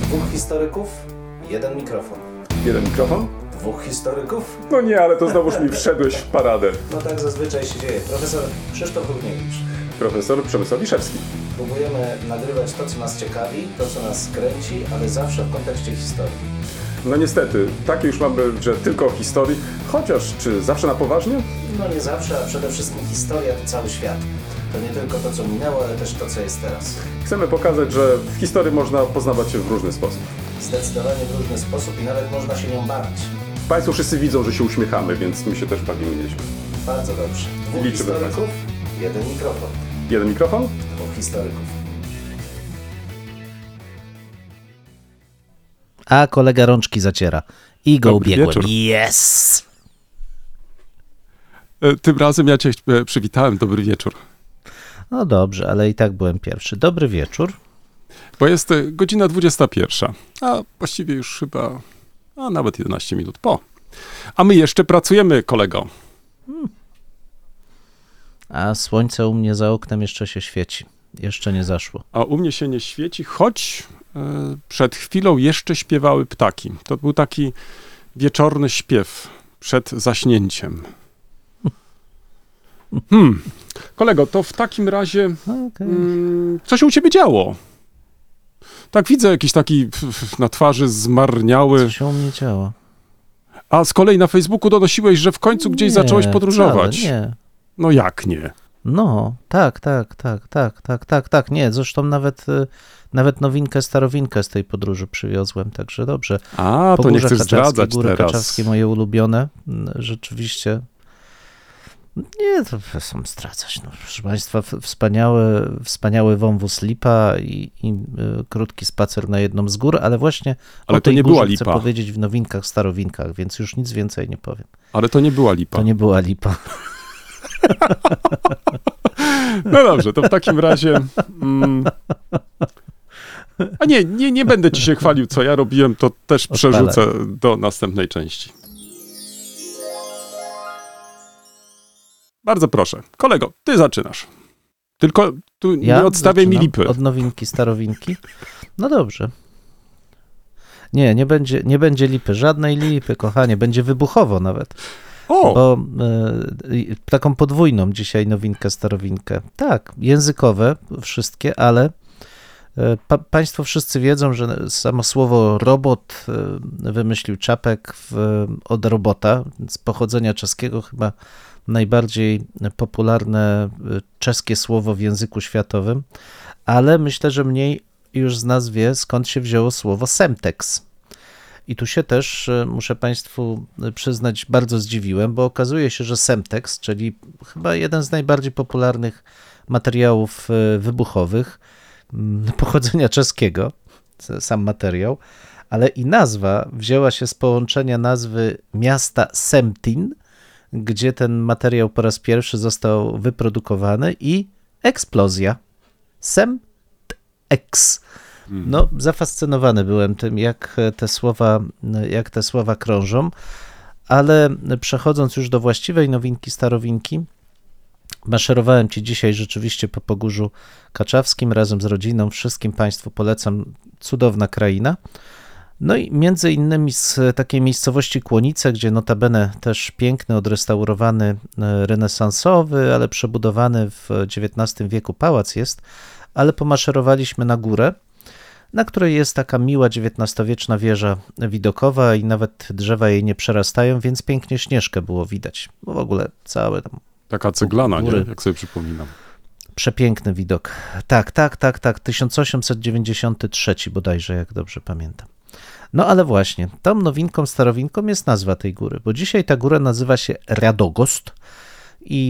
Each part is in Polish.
Dwóch historyków, jeden mikrofon. Jeden mikrofon? Dwóch historyków? No nie, ale to znowuż mi wszedłeś w paradę. No tak zazwyczaj się dzieje. Profesor Krzysztof Równiewicz. Profesor Przemysław Wiszewski. Próbujemy nagrywać to, co nas ciekawi, to, co nas kręci, ale zawsze w kontekście historii. No niestety, takie już mamy, że tylko o historii, chociaż czy zawsze na poważnie? No nie zawsze, a przede wszystkim historia to cały świat. To nie tylko to, co minęło, ale też to, co jest teraz. Chcemy pokazać, że w historii można poznawać się w różny sposób. Zdecydowanie w różny sposób i nawet można się nią bawić. Państwo wszyscy widzą, że się uśmiechamy, więc my się też bawimy nieźle. Bardzo dobrze. Dwóch Liczymy historyków, jeden mikrofon. Jeden mikrofon? Dwóch historyków. A kolega rączki zaciera. I go Dobry ubiegłem. wieczór. Yes! Tym razem ja cię przywitałem. Dobry wieczór. No dobrze, ale i tak byłem pierwszy. Dobry wieczór. Bo jest godzina 21, a właściwie już chyba, a nawet 11 minut po. A my jeszcze pracujemy, kolego. A słońce u mnie za oknem jeszcze się świeci. Jeszcze nie zaszło. A u mnie się nie świeci, choć przed chwilą jeszcze śpiewały ptaki. To był taki wieczorny śpiew przed zaśnięciem. Kolego, to w takim razie Okay. co się u ciebie działo? Tak widzę jakiś taki na twarzy zmarniały. Co się u mnie działo? A z kolei na Facebooku donosiłeś, że w końcu gdzieś zacząłeś podróżować. Wcale, nie. No jak nie? No, tak. Nie, zresztą nawet nowinkę, starowinkę z tej podróży przywiozłem, także dobrze. A, to nie chcesz zdradzać Góry teraz. Kaczawskie, moje ulubione, rzeczywiście. Nie, to są zdradzać. No, proszę Państwa, wspaniały wąwóz Lipa i krótki spacer na jedną z gór, ale właśnie Ale o to tej nie górze była chcę Lipa. powiedzieć w nowinkach, starowinkach, więc już nic więcej nie powiem. Ale to nie była Lipa. To nie była Lipa. No dobrze, to w takim razie... A nie będę ci się chwalił, co ja robiłem, to też przerzucę do następnej części. Bardzo proszę. Kolego, ty zaczynasz. Tylko tu Ja nie odstawiaj mi zaczynam lipy. od nowinki, starowinki. No dobrze. Nie będzie lipy, żadnej lipy, kochanie, będzie wybuchowo nawet. O, Bo taką podwójną dzisiaj nowinkę, starowinkę. Tak, językowe wszystkie, ale państwo wszyscy wiedzą, że samo słowo robot wymyślił Czapek od robota, z pochodzenia czeskiego, chyba najbardziej popularne czeskie słowo w języku światowym, ale myślę, że mniej już z nas wie, skąd się wzięło słowo semtex. I tu się też, muszę Państwu przyznać, bardzo zdziwiłem, bo okazuje się, że semtex, czyli chyba jeden z najbardziej popularnych materiałów wybuchowych pochodzenia czeskiego, sam materiał, ale i nazwa wzięła się z połączenia nazwy miasta Semtin, gdzie ten materiał po raz pierwszy został wyprodukowany, i eksplozja. Semtex. No, zafascynowany byłem tym, jak te słowa krążą, ale przechodząc już do właściwej nowinki, starowinki, maszerowałem ci dzisiaj rzeczywiście po Pogórzu Kaczawskim razem z rodziną. Wszystkim Państwu polecam, cudowna kraina. No i między innymi z takiej miejscowości Kłonice, gdzie notabene też piękny, odrestaurowany, renesansowy, ale przebudowany w XIX wieku pałac jest, ale pomaszerowaliśmy na górę, na której jest taka miła XIX-wieczna wieża widokowa i nawet drzewa jej nie przerastają, więc pięknie Śnieżkę było widać. Bo w ogóle całe tam taka ceglana, góry. nie? Jak sobie przypominam. Przepiękny widok. Tak. 1893 bodajże, jak dobrze pamiętam. No ale właśnie, tą nowinką, starowinką jest nazwa tej góry, bo dzisiaj ta góra nazywa się Radogost i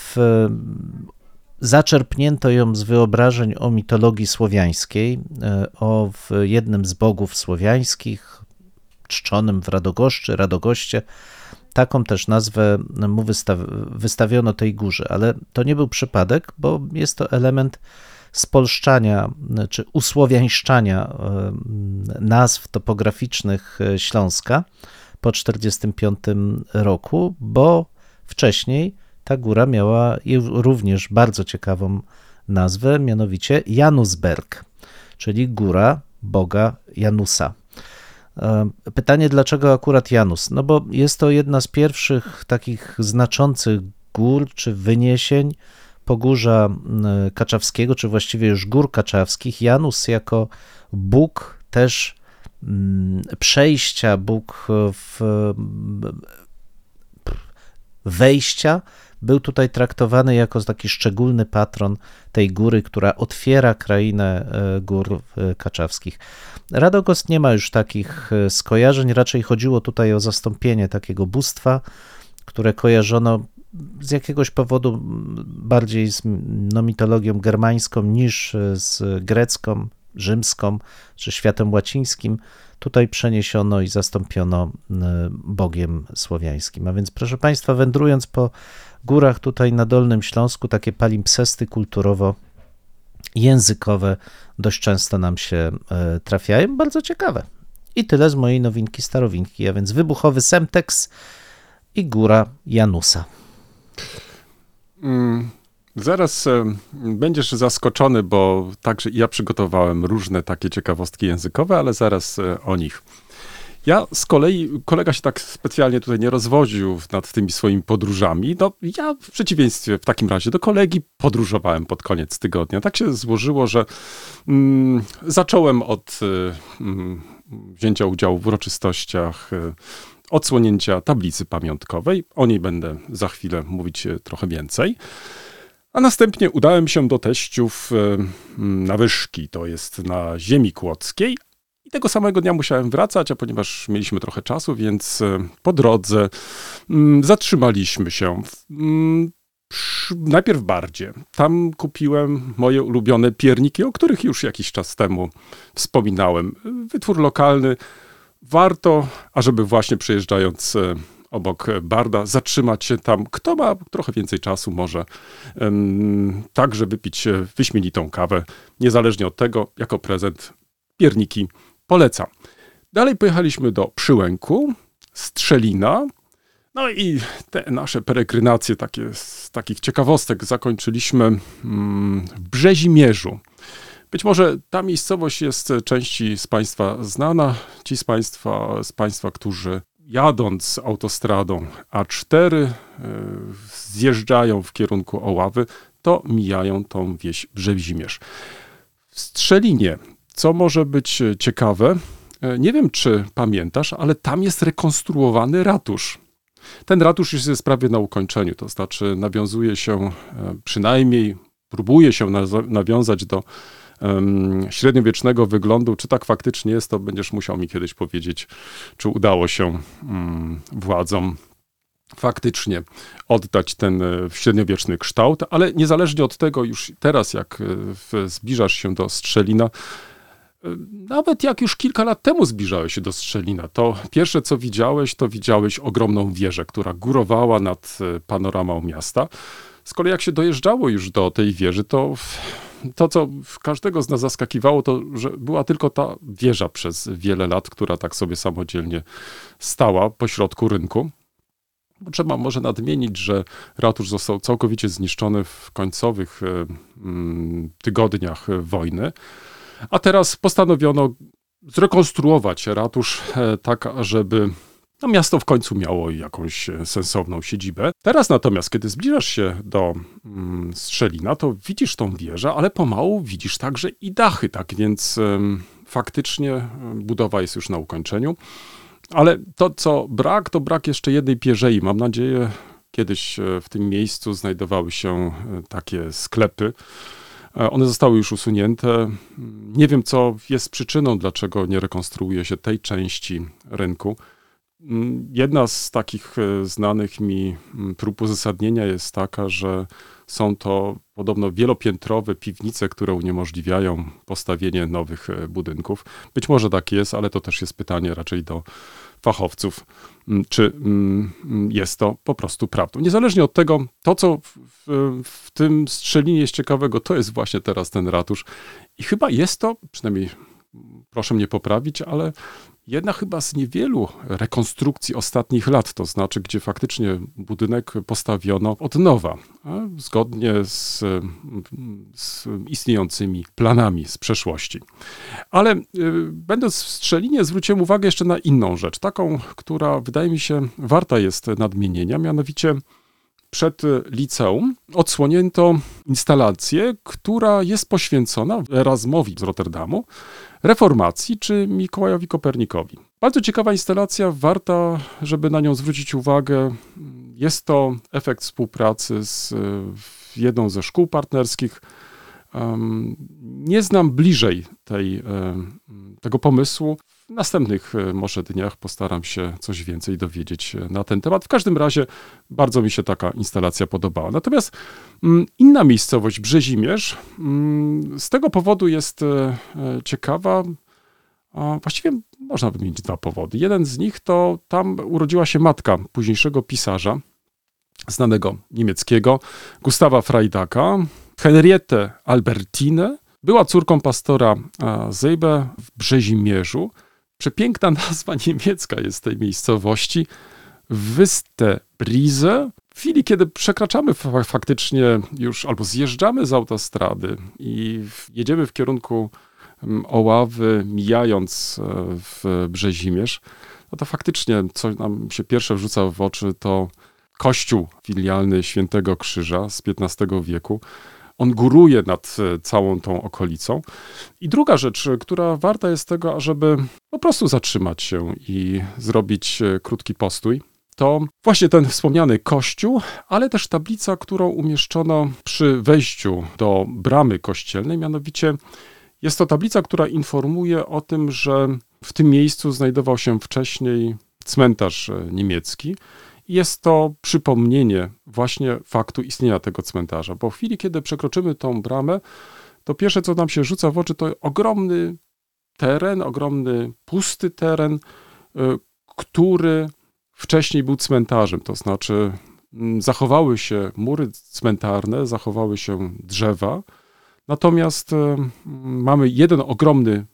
zaczerpnięto ją z wyobrażeń o mitologii słowiańskiej, o jednym z bogów słowiańskich, czczonym w Radogoszczy, Radogoście. Taką też nazwę mu wystawiono tej górze, ale to nie był przypadek, bo jest to element spolszczania czy usłowiańszczania nazw topograficznych Śląska po 1945 roku, bo wcześniej ta góra miała również bardzo ciekawą nazwę, mianowicie Janusberg, czyli góra boga Janusa. Pytanie, dlaczego akurat Janus? No bo jest to jedna z pierwszych takich znaczących gór czy wyniesień Pogórza Kaczawskiego, czy właściwie już gór kaczawskich. Janus jako bóg też przejścia, bóg wejścia, był tutaj traktowany jako taki szczególny patron tej góry, która otwiera krainę gór kaczawskich. Radogost nie ma już takich skojarzeń, raczej chodziło tutaj o zastąpienie takiego bóstwa, które kojarzono z jakiegoś powodu bardziej z mitologią germańską niż z grecką, rzymską czy światem łacińskim. Tutaj przeniesiono i zastąpiono Bogiem słowiańskim. A więc, proszę Państwa, wędrując po górach tutaj na Dolnym Śląsku, takie palimpsesty kulturowo-językowe dość często nam się trafiają. Bardzo ciekawe. I tyle z mojej nowinki starowinki, a więc wybuchowy Semtex i góra Janusa. Zaraz będziesz zaskoczony, bo także ja przygotowałem różne takie ciekawostki językowe, ale zaraz o nich. Ja z kolei, kolega się tak specjalnie tutaj nie rozwodził nad tymi swoimi podróżami. No, ja w przeciwieństwie w takim razie do kolegi podróżowałem pod koniec tygodnia. Tak się złożyło, że zacząłem od wzięcia udziału w uroczystościach odsłonięcia tablicy pamiątkowej. O niej będę za chwilę mówić trochę więcej. A następnie udałem się do teściów na Wyszki, to jest na ziemi kłodzkiej. I tego samego dnia musiałem wracać, a ponieważ mieliśmy trochę czasu, więc po drodze zatrzymaliśmy się najpierw w Bardzie. Tam kupiłem moje ulubione pierniki, o których już jakiś czas temu wspominałem. Wytwór lokalny. Warto, ażeby właśnie przejeżdżając obok Barda, zatrzymać się tam. Kto ma trochę więcej czasu, może także wypić wyśmienitą kawę. Niezależnie od tego, jako prezent pierniki polecam. Dalej pojechaliśmy do Przyłęku, Strzelina. No i te nasze peregrinacje, z takich ciekawostek zakończyliśmy w Brzezimierzu. Być może ta miejscowość jest części z Państwa znana. Ci z Państwa, którzy jadąc autostradą A4 zjeżdżają w kierunku Oławy, to mijają tą wieś Brzezimierz. W Strzelinie, co może być ciekawe, nie wiem, czy pamiętasz, ale tam jest rekonstruowany ratusz. Ten ratusz już jest prawie na ukończeniu, to znaczy nawiązuje się, przynajmniej próbuje się nawiązać do średniowiecznego wyglądu. Czy tak faktycznie jest, to będziesz musiał mi kiedyś powiedzieć, czy udało się władzom faktycznie oddać ten średniowieczny kształt, ale niezależnie od tego, już teraz jak zbliżasz się do Strzelina, nawet jak już kilka lat temu zbliżałeś się do Strzelina, to pierwsze co widziałeś, to widziałeś ogromną wieżę, która górowała nad panoramą miasta. Z kolei jak się dojeżdżało już do tej wieży, to co każdego z nas zaskakiwało, to że była tylko ta wieża przez wiele lat, która tak sobie samodzielnie stała pośrodku rynku. Trzeba może nadmienić, że ratusz został całkowicie zniszczony w końcowych tygodniach wojny, a teraz postanowiono zrekonstruować ratusz tak, żeby miasto w końcu miało jakąś sensowną siedzibę. Teraz natomiast, kiedy zbliżasz się do Strzelina, to widzisz tą wieżę, ale pomału widzisz także i dachy, tak więc faktycznie budowa jest już na ukończeniu. Ale to, co brak, to brak jeszcze jednej pierzei. Mam nadzieję, kiedyś w tym miejscu znajdowały się takie sklepy. One zostały już usunięte. Nie wiem, co jest przyczyną, dlaczego nie rekonstruuje się tej części rynku. Jedna z takich znanych mi prób uzasadnienia jest taka, że są to podobno wielopiętrowe piwnice, które uniemożliwiają postawienie nowych budynków. Być może tak jest, ale to też jest pytanie raczej do fachowców, czy jest to po prostu prawdą. Niezależnie od tego, to co w tym Strzelinie jest ciekawego, to jest właśnie teraz ten ratusz. I chyba jest to, przynajmniej proszę mnie poprawić, ale jedna chyba z niewielu rekonstrukcji ostatnich lat, to znaczy, gdzie faktycznie budynek postawiono od nowa, zgodnie z istniejącymi planami z przeszłości. Ale będąc w Strzelinie, zwróciłem uwagę jeszcze na inną rzecz, taką, która wydaje mi się warta jest nadmienienia, mianowicie przed liceum odsłonięto instalację, która jest poświęcona Erasmowi z Rotterdamu, reformacji czy Mikołajowi Kopernikowi. Bardzo ciekawa instalacja, warta, żeby na nią zwrócić uwagę. Jest to efekt współpracy z jedną ze szkół partnerskich. Nie znam bliżej tego pomysłu. W następnych może dniach postaram się coś więcej dowiedzieć na ten temat. W każdym razie bardzo mi się taka instalacja podobała. Natomiast inna miejscowość, Brzezimierz, z tego powodu jest ciekawa. Właściwie można wymienić dwa powody. Jeden z nich to tam urodziła się matka późniejszego pisarza, znanego niemieckiego, Gustawa Freidaka, Henriette Albertine. Była córką pastora Zejbe w Brzezimierzu. Przepiękna nazwa niemiecka jest tej miejscowości. Wüstebrise. W chwili, kiedy przekraczamy faktycznie już albo zjeżdżamy z autostrady i jedziemy w kierunku Oławy, mijając w Brzezimierz, no to faktycznie, co nam się pierwsze rzuca w oczy, to kościół filialny Świętego Krzyża z XV wieku. On góruje nad całą tą okolicą. I druga rzecz, która warta jest tego, ażeby po prostu zatrzymać się i zrobić krótki postój, to właśnie ten wspomniany kościół, ale też tablica, którą umieszczono przy wejściu do bramy kościelnej, mianowicie jest to tablica, która informuje o tym, że w tym miejscu znajdował się wcześniej cmentarz niemiecki. Jest to przypomnienie właśnie faktu istnienia tego cmentarza, bo w chwili, kiedy przekroczymy tą bramę, to pierwsze, co nam się rzuca w oczy, to ogromny teren, ogromny pusty teren, który wcześniej był cmentarzem, to znaczy zachowały się mury cmentarne, zachowały się drzewa, natomiast mamy jeden ogromny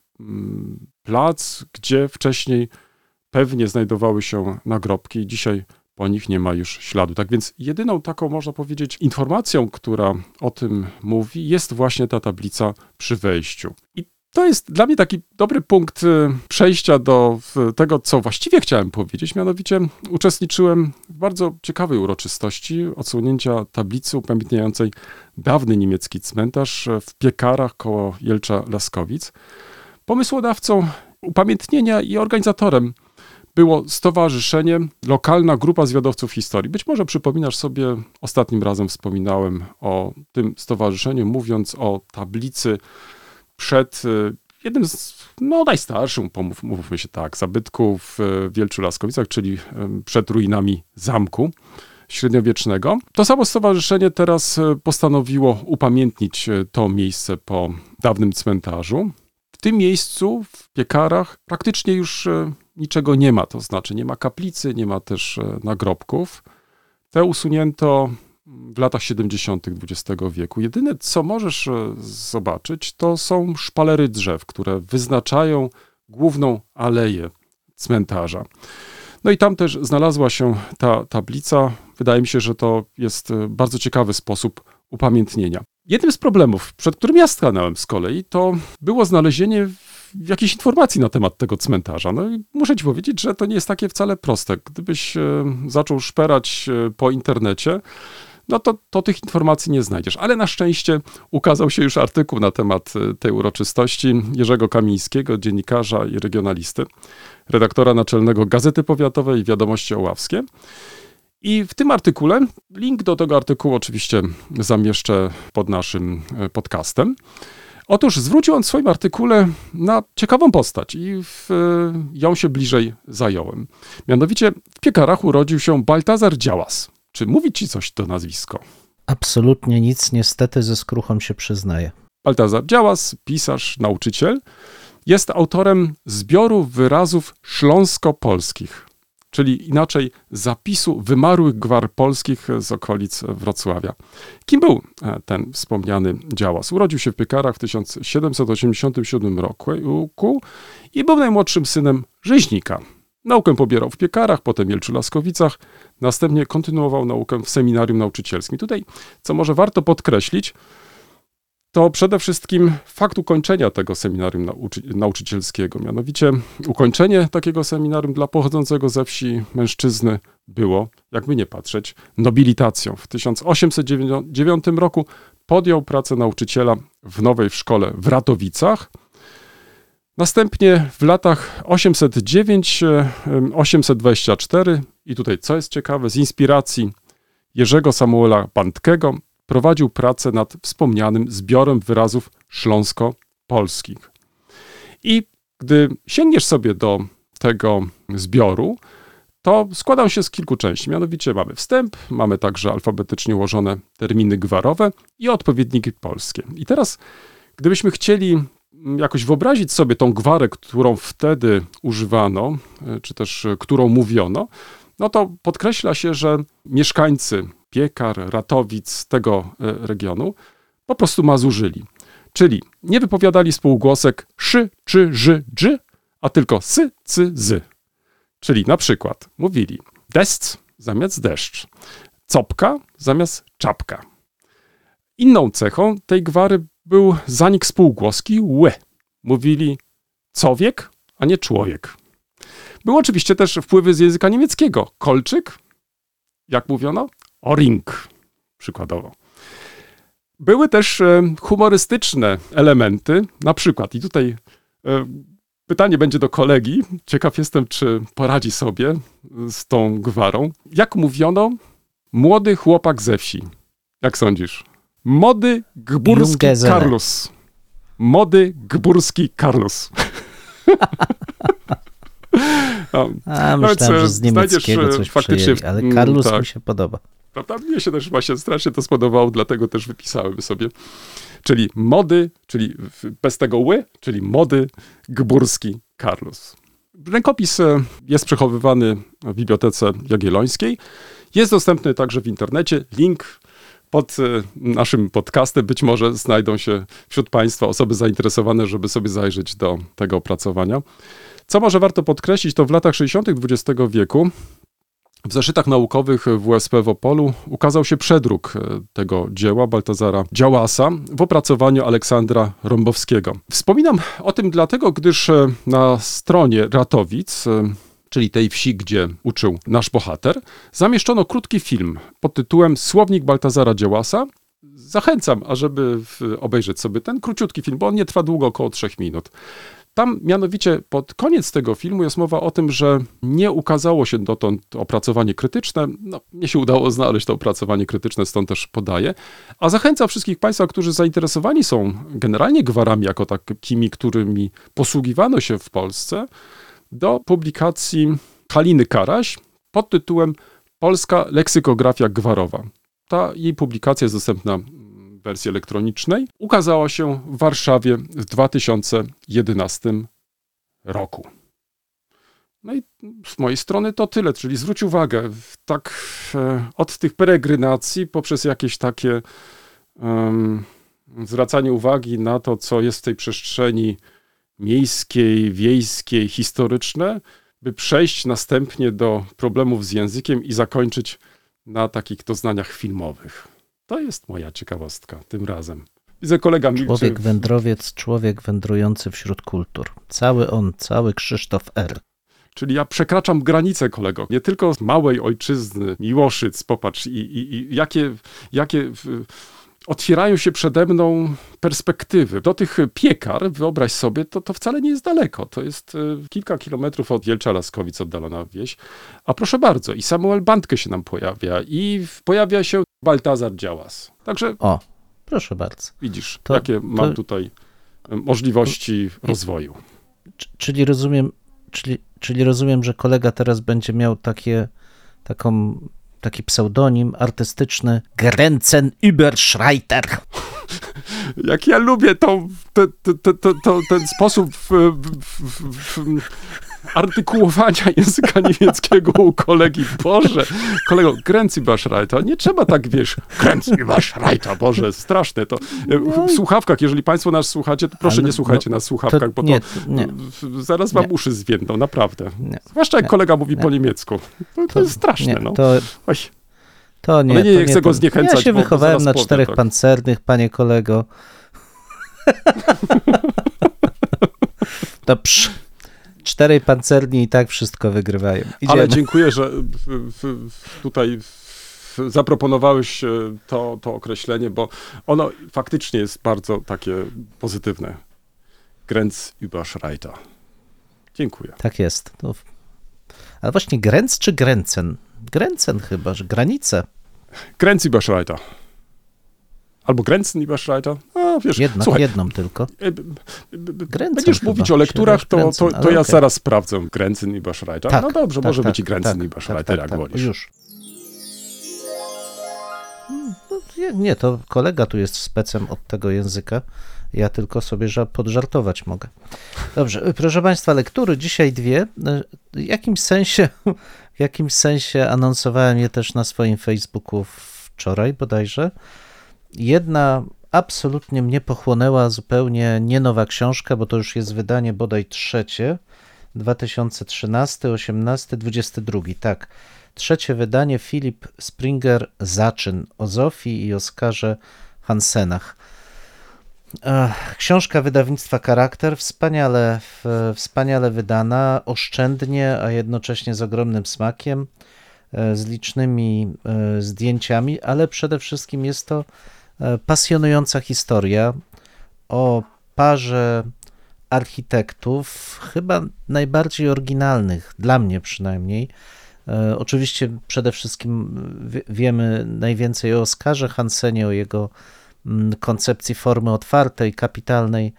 plac, gdzie wcześniej pewnie znajdowały się nagrobki i dzisiaj po nich nie ma już śladu. Tak więc jedyną taką, można powiedzieć, informacją, która o tym mówi, jest właśnie ta tablica przy wejściu. I to jest dla mnie taki dobry punkt przejścia do tego, co właściwie chciałem powiedzieć. Mianowicie uczestniczyłem w bardzo ciekawej uroczystości odsłonięcia tablicy upamiętniającej dawny niemiecki cmentarz w Piekarach koło Jelcza-Laskowic. Pomysłodawcą upamiętnienia i organizatorem było stowarzyszenie, lokalna grupa zwiadowców historii. Być może przypominasz sobie, ostatnim razem wspominałem o tym stowarzyszeniu, mówiąc o tablicy przed jednym z najstarszych, mówmy się tak, zabytków w Wielczu-Laskowicach, czyli przed ruinami zamku średniowiecznego. To samo stowarzyszenie teraz postanowiło upamiętnić to miejsce po dawnym cmentarzu. W tym miejscu, w Piekarach, praktycznie już niczego nie ma, to znaczy nie ma kaplicy, nie ma też nagrobków. Te usunięto w latach 70. XX wieku. Jedyne, co możesz zobaczyć, to są szpalery drzew, które wyznaczają główną aleję cmentarza. No i tam też znalazła się ta tablica. Wydaje mi się, że to jest bardzo ciekawy sposób upamiętnienia. Jednym z problemów, przed którym ja stanąłem z kolei, to było znalezienie jakiejś informacji na temat tego cmentarza. No i muszę ci powiedzieć, że to nie jest takie wcale proste. Gdybyś zaczął szperać po internecie, no to tych informacji nie znajdziesz. Ale na szczęście ukazał się już artykuł na temat tej uroczystości Jerzego Kamińskiego, dziennikarza i regionalisty, redaktora naczelnego Gazety Powiatowej i Wiadomości Oławskie. I w tym artykule, link do tego artykułu oczywiście zamieszczę pod naszym podcastem. Otóż zwrócił on w swoim artykule na ciekawą postać i ją się bliżej zająłem. Mianowicie w Piekarach urodził się Baltazar Działas. Czy mówi ci coś to nazwisko? Absolutnie nic, niestety ze skruchą się przyznaję. Baltazar Działas, pisarz, nauczyciel, jest autorem zbioru wyrazów śląsko-polskich. czyli inaczej zapisu wymarłych gwar polskich z okolic Wrocławia. Kim był ten wspomniany Działas? Urodził się w Piekarach w 1787 roku i był najmłodszym synem rzeźnika. Naukę pobierał w Piekarach, potem w Mielcu-Laskowicach, następnie kontynuował naukę w seminarium nauczycielskim. Tutaj, co może warto podkreślić, to przede wszystkim fakt ukończenia tego seminarium nauczycielskiego. Mianowicie ukończenie takiego seminarium dla pochodzącego ze wsi mężczyzny było, jakby nie patrzeć, nobilitacją. W 1809 roku podjął pracę nauczyciela w nowej szkole w Ratowicach. Następnie w latach 809-824, i tutaj co jest ciekawe, z inspiracji Jerzego Samuela Bandtego, prowadził pracę nad wspomnianym zbiorem wyrazów śląsko-polskich. I gdy sięgniesz sobie do tego zbioru, to składał się z kilku części. Mianowicie mamy wstęp, mamy także alfabetycznie ułożone terminy gwarowe i odpowiedniki polskie. I teraz, gdybyśmy chcieli jakoś wyobrazić sobie tą gwarę, którą wtedy używano, czy też którą mówiono, no to podkreśla się, że mieszkańcy Piekar, Ratowic, tego regionu po prostu mazurzyli. Czyli nie wypowiadali spółgłosek szy, czy, ży, dży, a tylko sy, cy, zy. Czyli na przykład mówili deszcz zamiast deszcz, copka zamiast czapka. Inną cechą tej gwary był zanik spółgłoski łe. Mówili cowiek, a nie człowiek. Były oczywiście też wpływy z języka niemieckiego. Kolczyk, jak mówiono, Oring, przykładowo. Były też humorystyczne elementy, na przykład, i tutaj pytanie będzie do kolegi, ciekaw jestem, czy poradzi sobie z tą gwarą. Jak mówiono, młody chłopak ze wsi. Jak sądzisz? Młody gburski Jungezele. Karlus. Młody gburski Karlus. Myślałem, że z niemieckiego coś faktycznie, przyjęli, ale Karlus tak. mi się podoba. Prawda? Mnie się też właśnie strasznie to spodobało, dlatego też wypisałem sobie. Czyli młody, czyli bez tego ły, czyli młody gburski Karlus. Rękopis jest przechowywany w Bibliotece Jagiellońskiej. Jest dostępny także w internecie. Link pod naszym podcastem. Być może znajdą się wśród Państwa osoby zainteresowane, żeby sobie zajrzeć do tego opracowania. Co może warto podkreślić, to w latach 60. XX wieku w zeszytach naukowych WSP w Opolu ukazał się przedruk tego dzieła Baltazara Działasa w opracowaniu Aleksandra Rąbowskiego. Wspominam o tym dlatego, gdyż na stronie Ratowic, czyli tej wsi, gdzie uczył nasz bohater, zamieszczono krótki film pod tytułem Słownik Baltazara Działasa. Zachęcam, ażeby obejrzeć sobie ten króciutki film, bo on nie trwa długo, około 3 minut. Tam mianowicie pod koniec tego filmu jest mowa o tym, że nie ukazało się dotąd opracowanie krytyczne. No, mnie się udało znaleźć to opracowanie krytyczne, stąd też podaję. A zachęcam wszystkich Państwa, którzy zainteresowani są generalnie gwarami jako takimi, którymi posługiwano się w Polsce, do publikacji Haliny Karaś pod tytułem Polska leksykografia gwarowa. Ta jej publikacja jest dostępna w wersji elektronicznej. Ukazała się w Warszawie w 2011 roku. No i z mojej strony to tyle, czyli zwróć uwagę, tak od tych peregrynacji poprzez jakieś takie zwracanie uwagi na to, co jest w tej przestrzeni miejskiej, wiejskiej, historyczne, by przejść następnie do problemów z językiem i zakończyć na takich doznaniach filmowych. To jest moja ciekawostka tym razem. Widzę, kolega milczy. Człowiek wędrowiec, człowiek wędrujący wśród kultur. Cały Krzysztof R. Czyli ja przekraczam granicę, kolego. Nie tylko z małej ojczyzny, Miłoszyc, popatrz, i jakie otwierają się przede mną perspektywy. Do tych Piekar, wyobraź sobie, to wcale nie jest daleko. To jest kilka kilometrów od Jelcza-Laskowic oddalona wieś. A proszę bardzo, i Samuel Bandke się nam pojawia, i pojawia się Baltazar Działas. Także O, proszę bardzo. widzisz, To- jakie mam tutaj możliwości rozwoju. Czyli rozumiem, że kolega teraz będzie miał taki pseudonim artystyczny Grenzen Überschreiter. Jak ja lubię ten sposób artykułowania języka niemieckiego u kolegi. Boże, kolego, Grenzüberschreiter, nie trzeba tak, wiesz, Grenzüberschreiter, Boże, straszne to. W słuchawkach, jeżeli państwo nas słuchacie, to proszę nie słuchajcie nas w słuchawkach, bo nie, zaraz wam uszy zwiędną, naprawdę. Nie. Zwłaszcza jak kolega mówi po niemiecku. To jest straszne, nie, no. to Ale nie chcę go zniechęcać. Ja się bo wychowałem zaraz na powiem, 4 tak. pancernych, panie kolego. To 4 pancerni i tak wszystko wygrywają. Idziemy. Ale dziękuję, że tutaj zaproponowałeś to określenie, bo ono faktycznie jest bardzo takie pozytywne. Grenzüberschreiter. Dziękuję. Tak jest. Ale właśnie Grenz czy Grenzen? Grenzen chyba, że granice. Grenzüberschreiter. Albo Grenzüberschreiter. A, wiesz, słuchaj, Jedną tylko. Będziesz chyba. mówić o lekturach, Grenzen, to ale ja okej. zaraz sprawdzę Grenzüberschreiter. Tak, No dobrze, tak, może tak, być i Grenzüberschreiter, jak wolisz. Już. Nie, to kolega tu jest specem od tego języka. Ja tylko sobie podżartować mogę. Dobrze, proszę Państwa, lektury dzisiaj 2. W jakimś sensie anonsowałem je też na swoim Facebooku wczoraj bodajże. Jedna absolutnie mnie pochłonęła, zupełnie nie nowa książka, bo to już jest wydanie bodaj 3, 2013, 18, 22, tak. 3 wydanie, Philip Springer Zaczyn, o Zofii i Oskarze Hansenach. Książka wydawnictwa Charakter, wspaniale wydana, oszczędnie, a jednocześnie z ogromnym smakiem, z licznymi zdjęciami, ale przede wszystkim jest to pasjonująca historia o parze architektów, chyba najbardziej oryginalnych, dla mnie przynajmniej. Oczywiście przede wszystkim wiemy najwięcej o Oskarze Hansenie, o jego koncepcji formy otwartej, kapitalnej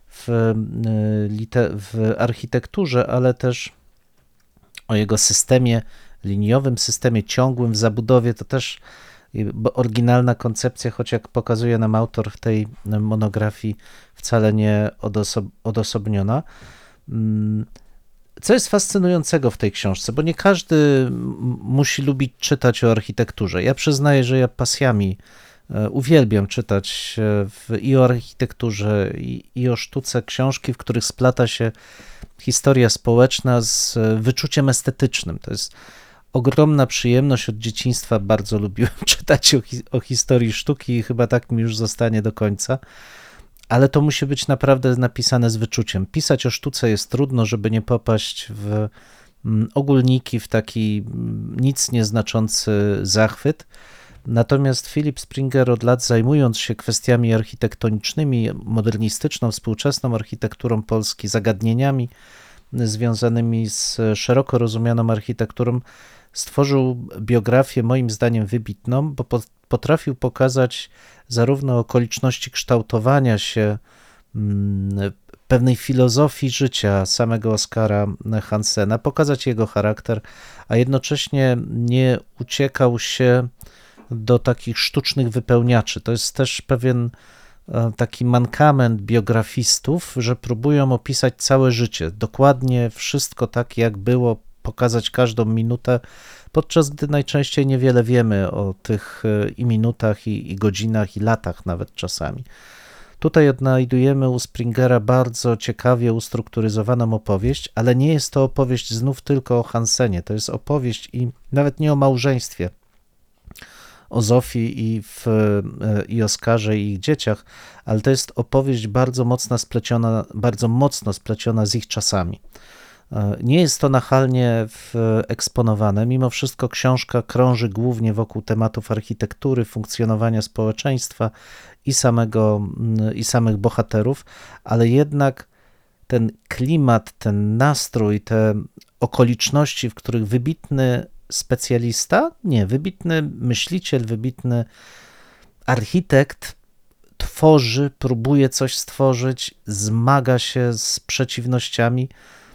w architekturze, ale też o jego systemie liniowym, systemie ciągłym w zabudowie. To też oryginalna koncepcja, choć jak pokazuje nam autor w tej monografii, wcale nie odosobniona. Co jest fascynującego w tej książce, bo nie każdy musi lubić czytać o architekturze. Ja przyznaję, że ja pasjami uwielbiam czytać i o architekturze, i o sztuce książki, w których splata się historia społeczna z wyczuciem estetycznym. To jest ogromna przyjemność. Od dzieciństwa bardzo lubiłem czytać o historii sztuki i chyba tak mi już zostanie do końca. Ale to musi być naprawdę napisane z wyczuciem. Pisać o sztuce jest trudno, żeby nie popaść w ogólniki, w taki nic nieznaczący zachwyt. Natomiast Philip Springer od lat, zajmując się kwestiami architektonicznymi, modernistyczną, współczesną architekturą Polski, zagadnieniami związanymi z szeroko rozumianą architekturą, stworzył biografię moim zdaniem wybitną, bo potrafił pokazać zarówno okoliczności kształtowania się pewnej filozofii życia samego Oskara Hansena, pokazać jego charakter, a jednocześnie nie uciekał się do takich sztucznych wypełniaczy. To jest też pewien taki mankament biografistów, że próbują opisać całe życie, dokładnie wszystko tak, jak było, pokazać każdą minutę, podczas gdy najczęściej niewiele wiemy o tych i minutach, i godzinach, i latach nawet czasami. Tutaj odnajdujemy u Springera bardzo ciekawie ustrukturyzowaną opowieść, ale nie jest to opowieść znów tylko o Hansenie, to jest opowieść i nawet nie o małżeństwie, o Zofii i Oskarze i ich dzieciach, ale to jest opowieść bardzo mocno spleciona z ich czasami. Nie jest to nachalnie eksponowane, mimo wszystko książka krąży głównie wokół tematów architektury, funkcjonowania społeczeństwa i samych bohaterów, ale jednak ten klimat, ten nastrój, te okoliczności, w których wybitny myśliciel, wybitny architekt próbuje coś stworzyć, zmaga się z przeciwnościami.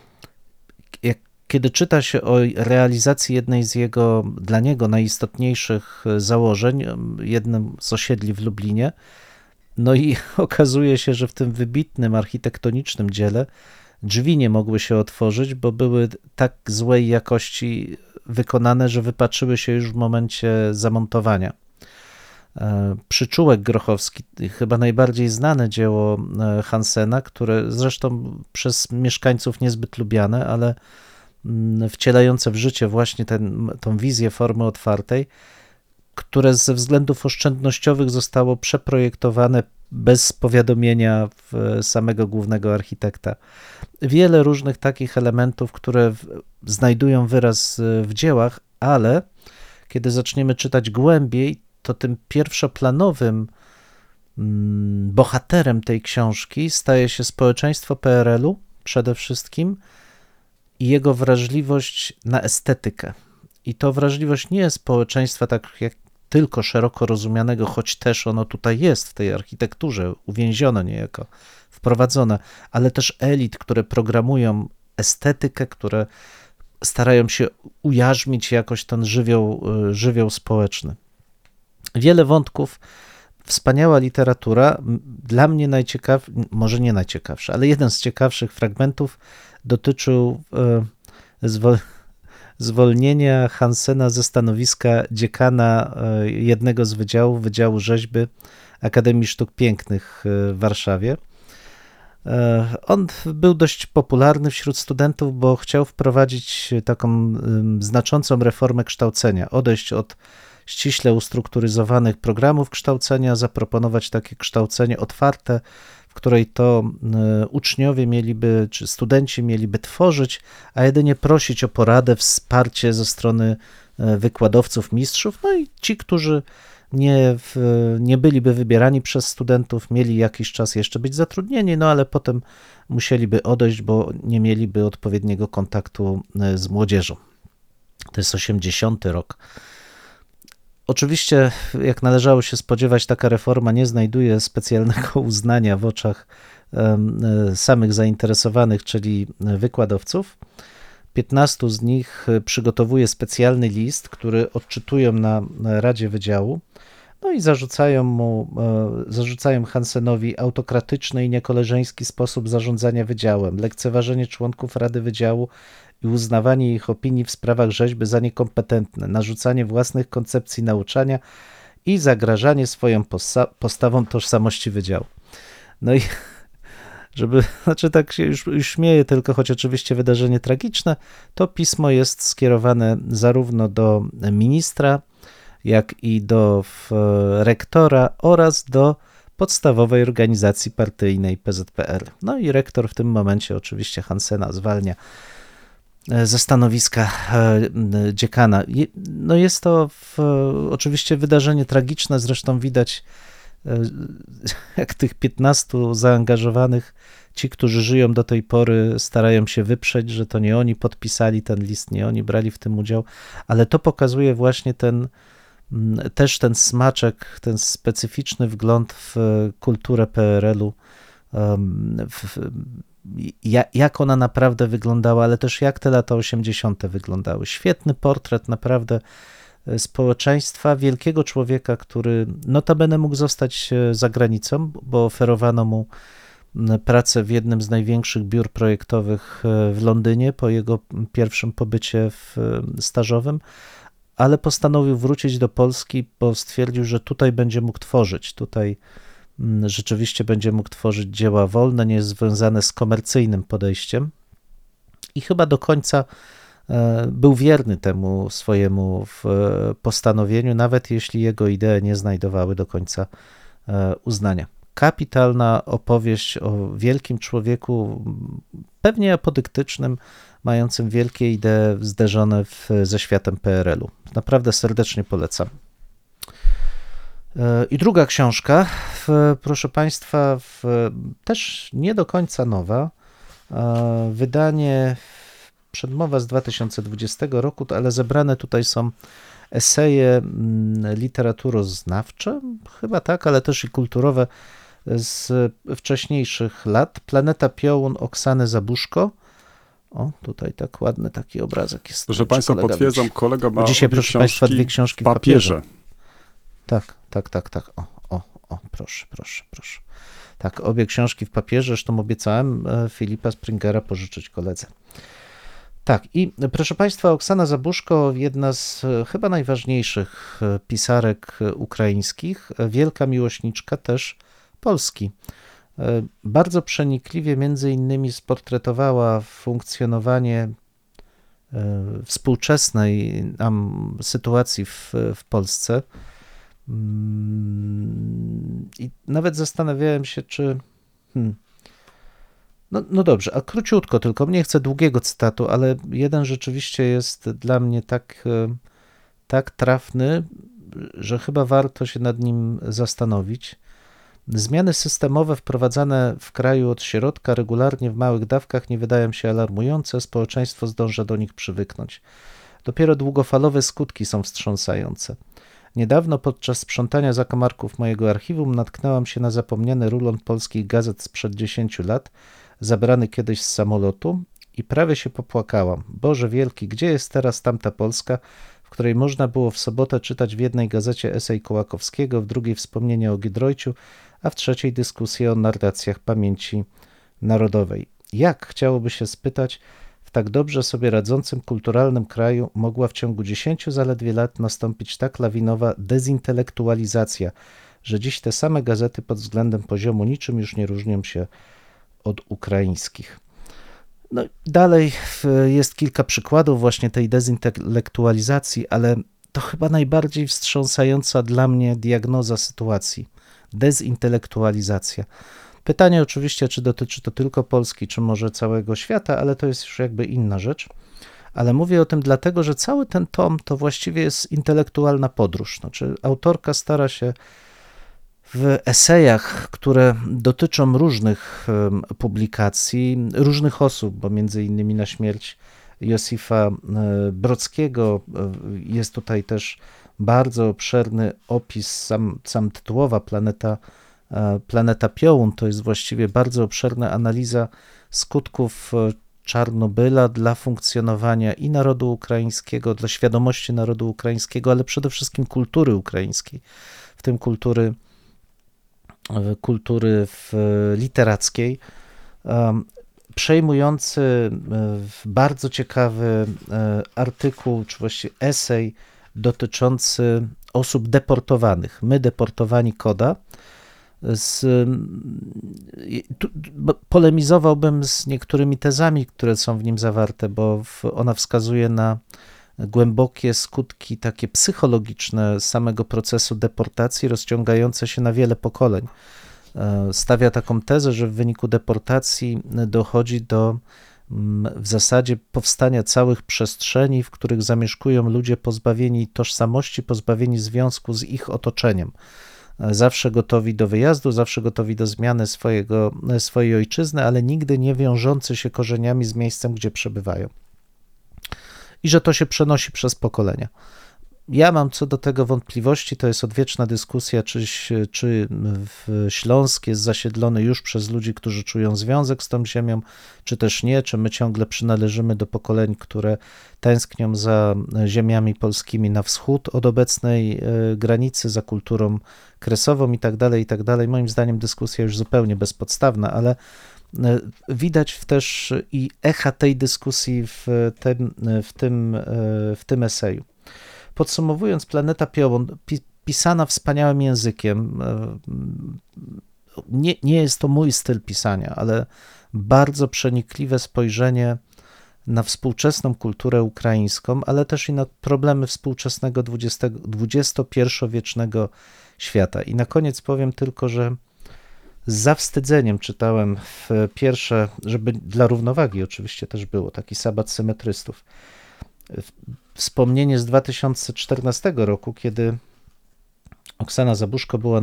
Kiedy czyta się o realizacji jednej z jego, dla niego najistotniejszych założeń, jednym z osiedli w Lublinie, no i okazuje się, że w tym wybitnym architektonicznym dziele drzwi nie mogły się otworzyć, bo były tak złej jakości wykonane, że wypaczyły się już w momencie zamontowania. Przyczółek grochowski, chyba najbardziej znane dzieło Hansena, które zresztą przez mieszkańców niezbyt lubiane, ale wcielające w życie właśnie tą wizję formy otwartej, które ze względów oszczędnościowych zostało przeprojektowane bez powiadomienia samego głównego architekta. Wiele różnych takich elementów, które znajdują wyraz w dziełach, ale kiedy zaczniemy czytać głębiej, to tym pierwszoplanowym bohaterem tej książki staje się społeczeństwo PRL-u przede wszystkim i jego wrażliwość na estetykę. I to wrażliwość nie społeczeństwa tak jak tylko szeroko rozumianego, choć też ono tutaj jest w tej architekturze, uwięzione niejako, wprowadzone, ale też elit, które programują estetykę, które starają się ujarzmić jakoś ten żywioł społeczny. Wiele wątków, wspaniała literatura. Dla mnie może nie najciekawszy, ale jeden z ciekawszych fragmentów dotyczył zwolnienia Hansena ze stanowiska dziekana jednego z Wydziału Rzeźby Akademii Sztuk Pięknych w Warszawie. On był dość popularny wśród studentów, bo chciał wprowadzić taką znaczącą reformę kształcenia, odejść od ściśle ustrukturyzowanych programów kształcenia, zaproponować takie kształcenie otwarte, w której to uczniowie mieliby, czy studenci mieliby tworzyć, a jedynie prosić o poradę, wsparcie ze strony wykładowców, mistrzów, no i ci, którzy nie byliby wybierani przez studentów, mieli jakiś czas jeszcze być zatrudnieni, no ale potem musieliby odejść, bo nie mieliby odpowiedniego kontaktu z młodzieżą. To jest 80 rok. Oczywiście, jak należało się spodziewać, taka reforma nie znajduje specjalnego uznania w oczach samych zainteresowanych, czyli wykładowców. 15 z nich przygotowuje specjalny list, który odczytują na Radzie Wydziału, no i zarzucają Hansenowi autokratyczny i niekoleżeński sposób zarządzania wydziałem, lekceważenie członków Rady Wydziału i uznawanie ich opinii w sprawach rzeźby za niekompetentne, narzucanie własnych koncepcji nauczania i zagrażanie swoją postawą tożsamości wydziału. No i tak się już śmieję tylko, choć oczywiście wydarzenie tragiczne, to pismo jest skierowane zarówno do ministra, jak i do rektora oraz do podstawowej organizacji partyjnej PZPR. No i rektor w tym momencie oczywiście Hansena zwalnia ze stanowiska dziekana. No jest to oczywiście wydarzenie tragiczne, zresztą widać, jak tych 15 zaangażowanych, ci, którzy żyją do tej pory, starają się wyprzeć, że to nie oni podpisali ten list, nie oni brali w tym udział, ale to pokazuje właśnie też ten smaczek, ten specyficzny wgląd w kulturę PRL-u, jak ona naprawdę wyglądała, ale też jak te lata 80. wyglądały. Świetny portret naprawdę społeczeństwa, wielkiego człowieka, który notabene mógł zostać za granicą, bo oferowano mu pracę w jednym z największych biur projektowych w Londynie po jego pierwszym pobycie stażowym, ale postanowił wrócić do Polski, bo stwierdził, że tutaj będzie mógł tworzyć, tutaj rzeczywiście będzie mógł tworzyć dzieła wolne, nie związane z komercyjnym podejściem i chyba do końca był wierny temu swojemu postanowieniu, nawet jeśli jego idee nie znajdowały do końca uznania. Kapitalna opowieść o wielkim człowieku, pewnie apodyktycznym, mającym wielkie idee zderzone ze światem PRL-u. Naprawdę serdecznie polecam. I druga książka, proszę Państwa, też nie do końca nowa, wydanie przedmowa z 2020 roku, ale zebrane tutaj są eseje literaturoznawcze, chyba tak, ale też i kulturowe z wcześniejszych lat. Planeta Piołun Oksany Zabuszko. O, tutaj tak ładny taki obrazek jest. Proszę Państwa, potwierdzam, kolega ma dzisiaj, proszę Państwa, dwie książki w papierze. Tak. O, proszę. Tak, obie książki w papierze, zresztą obiecałem Filipa Springera pożyczyć koledze. Tak, i proszę Państwa, Oksana Zabuszko, jedna z chyba najważniejszych pisarek ukraińskich, wielka miłośniczka też Polski. Bardzo przenikliwie między innymi sportretowała funkcjonowanie współczesnej sytuacji w Polsce. I nawet zastanawiałem się, czy... No dobrze, a króciutko tylko, nie chcę długiego cytatu, ale jeden rzeczywiście jest dla mnie tak trafny, że chyba warto się nad nim zastanowić. Zmiany systemowe wprowadzane w kraju od środka regularnie w małych dawkach nie wydają się alarmujące, społeczeństwo zdąża do nich przywyknąć. Dopiero długofalowe skutki są wstrząsające. Niedawno podczas sprzątania zakamarków mojego archiwum natknęłam się na zapomniany rulon polskich gazet sprzed 10 lat, zabrany kiedyś z samolotu i prawie się popłakałam. Boże wielki, gdzie jest teraz tamta Polska, w której można było w sobotę czytać w jednej gazecie esej Kołakowskiego, w drugiej wspomnienia o Giedroyciu, a w trzeciej dyskusję o narracjach pamięci narodowej. Jak, chciałoby się spytać, w tak dobrze sobie radzącym kulturalnym kraju mogła w ciągu 10 zaledwie lat nastąpić tak lawinowa dezintelektualizacja, że dziś te same gazety pod względem poziomu niczym już nie różnią się od ukraińskich. No dalej jest kilka przykładów właśnie tej dezintelektualizacji, ale to chyba najbardziej wstrząsająca dla mnie diagnoza sytuacji. Dezintelektualizacja. Pytanie oczywiście, czy dotyczy to tylko Polski, czy może całego świata, ale to jest już jakby inna rzecz. Ale mówię o tym dlatego, że cały ten tom to właściwie jest intelektualna podróż. Znaczy autorka stara się w esejach, które dotyczą różnych publikacji, różnych osób, bo między innymi na śmierć Józefa Brodskiego jest tutaj też bardzo obszerny opis, sam tytułowa Planeta Piołun, to jest właściwie bardzo obszerna analiza skutków Czarnobyla dla funkcjonowania i narodu ukraińskiego, dla świadomości narodu ukraińskiego, ale przede wszystkim kultury ukraińskiej, w tym kultury literackiej. Przejmujący, bardzo ciekawy artykuł, czy właściwie esej dotyczący osób deportowanych. My deportowani Koda. Polemizowałbym z niektórymi tezami, które są w nim zawarte, bo ona wskazuje na głębokie skutki takie psychologiczne samego procesu deportacji, rozciągające się na wiele pokoleń. Stawia taką tezę, że w wyniku deportacji dochodzi do w zasadzie powstania całych przestrzeni, w których zamieszkują ludzie pozbawieni tożsamości, pozbawieni związku z ich otoczeniem. Zawsze gotowi do wyjazdu, zawsze gotowi do zmiany swojej ojczyzny, ale nigdy nie wiążący się korzeniami z miejscem, gdzie przebywają. I że to się przenosi przez pokolenia. Ja mam co do tego wątpliwości, to jest odwieczna dyskusja, czy Śląsk jest zasiedlony już przez ludzi, którzy czują związek z tą ziemią, czy też nie, czy my ciągle przynależymy do pokoleń, które tęsknią za ziemiami polskimi na wschód od obecnej granicy, za kulturą kresową i tak dalej. Moim zdaniem dyskusja już zupełnie bezpodstawna, ale widać też i echa tej dyskusji w tym eseju. Podsumowując, Planeta Piołun, pisana wspaniałym językiem, nie jest to mój styl pisania, ale bardzo przenikliwe spojrzenie na współczesną kulturę ukraińską, ale też i na problemy współczesnego XXI-wiecznego świata. I na koniec powiem tylko, że z zawstydzeniem czytałem pierwsze, żeby dla równowagi oczywiście też było, taki sabat symetrystów. Wspomnienie z 2014 roku, kiedy Oksana Zabuszko była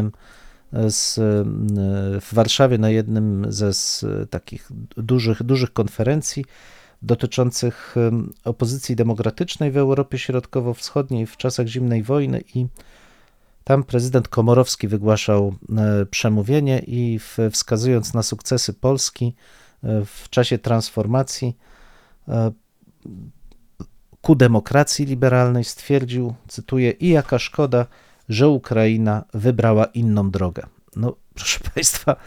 w Warszawie na jednym ze takich dużych konferencji dotyczących opozycji demokratycznej w Europie Środkowo-Wschodniej w czasach zimnej wojny i tam prezydent Komorowski wygłaszał przemówienie i wskazując na sukcesy Polski w czasie transformacji ku demokracji liberalnej stwierdził, cytuję, i jaka szkoda, że Ukraina wybrała inną drogę. No, proszę Państwa,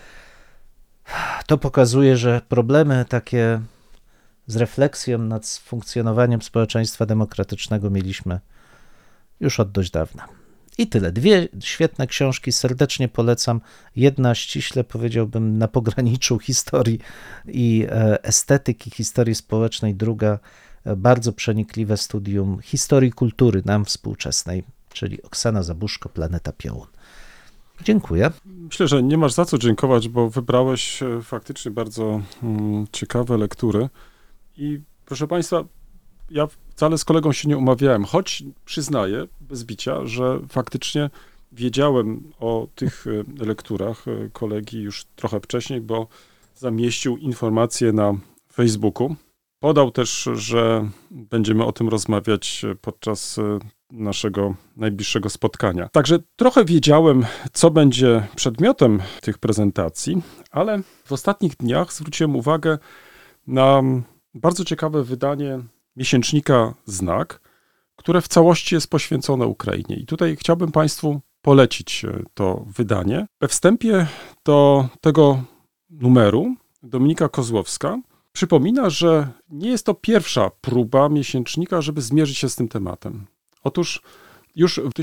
to pokazuje, że problemy takie z refleksją nad funkcjonowaniem społeczeństwa demokratycznego mieliśmy już od dość dawna. I tyle. 2 świetne książki, serdecznie polecam. Jedna ściśle, powiedziałbym, na pograniczu historii i estetyki, historii społecznej. Druga, bardzo przenikliwe studium historii kultury nam współczesnej, czyli Oksana Zabuszko, Planeta Piołun. Dziękuję. Myślę, że nie masz za co dziękować, bo wybrałeś faktycznie bardzo ciekawe lektury. I proszę Państwa, ja wcale z kolegą się nie umawiałem, choć przyznaję bez bicia, że faktycznie wiedziałem o tych lekturach kolegi już trochę wcześniej, bo zamieścił informacje na Facebooku. Podał też, że będziemy o tym rozmawiać podczas naszego najbliższego spotkania. Także trochę wiedziałem, co będzie przedmiotem tych prezentacji, ale w ostatnich dniach zwróciłem uwagę na bardzo ciekawe wydanie miesięcznika Znak, które w całości jest poświęcone Ukrainie. I tutaj chciałbym Państwu polecić to wydanie. We wstępie do tego numeru Dominika Kozłowska przypomina, że nie jest to pierwsza próba miesięcznika, żeby zmierzyć się z tym tematem. Otóż już w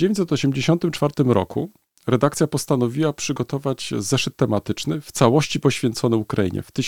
1984 roku redakcja postanowiła przygotować zeszyt tematyczny w całości poświęcony Ukrainie w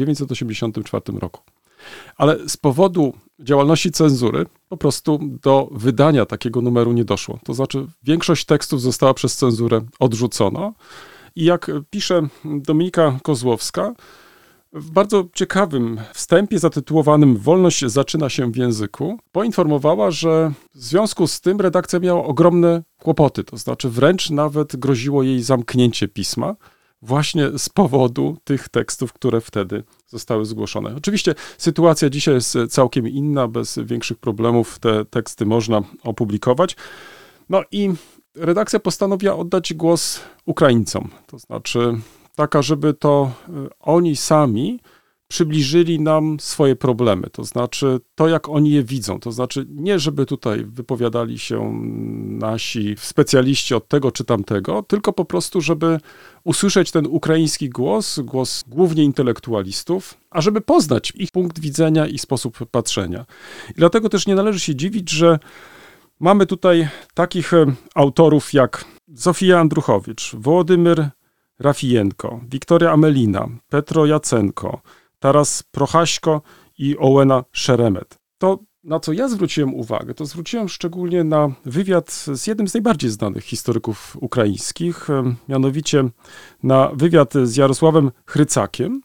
1984 roku. Ale z powodu działalności cenzury po prostu do wydania takiego numeru nie doszło. To znaczy większość tekstów została przez cenzurę odrzucona i jak pisze Dominika Kozłowska, w bardzo ciekawym wstępie zatytułowanym Wolność zaczyna się w języku, poinformowała, że w związku z tym redakcja miała ogromne kłopoty, to znaczy wręcz nawet groziło jej zamknięcie pisma właśnie z powodu tych tekstów, które wtedy zostały zgłoszone. Oczywiście sytuacja dzisiaj jest całkiem inna, bez większych problemów te teksty można opublikować. No i redakcja postanowiła oddać głos Ukraińcom, to znaczy taka, żeby to oni sami przybliżyli nam swoje problemy, to znaczy to, jak oni je widzą, to znaczy nie, żeby tutaj wypowiadali się nasi specjaliści od tego czy tamtego, tylko po prostu, żeby usłyszeć ten ukraiński głos, głos głównie intelektualistów, a żeby poznać ich punkt widzenia i sposób patrzenia. I dlatego też nie należy się dziwić, że mamy tutaj takich autorów jak Zofia Andruchowicz, Wołodymyr Rafijenko, Wiktoria Amelina, Petro Jacenko, Taras Prochaśko i Ołena Szeremet. To, na co ja zwróciłem uwagę, to zwróciłem szczególnie na wywiad z jednym z najbardziej znanych historyków ukraińskich, mianowicie na wywiad z Jarosławem Chrycakiem,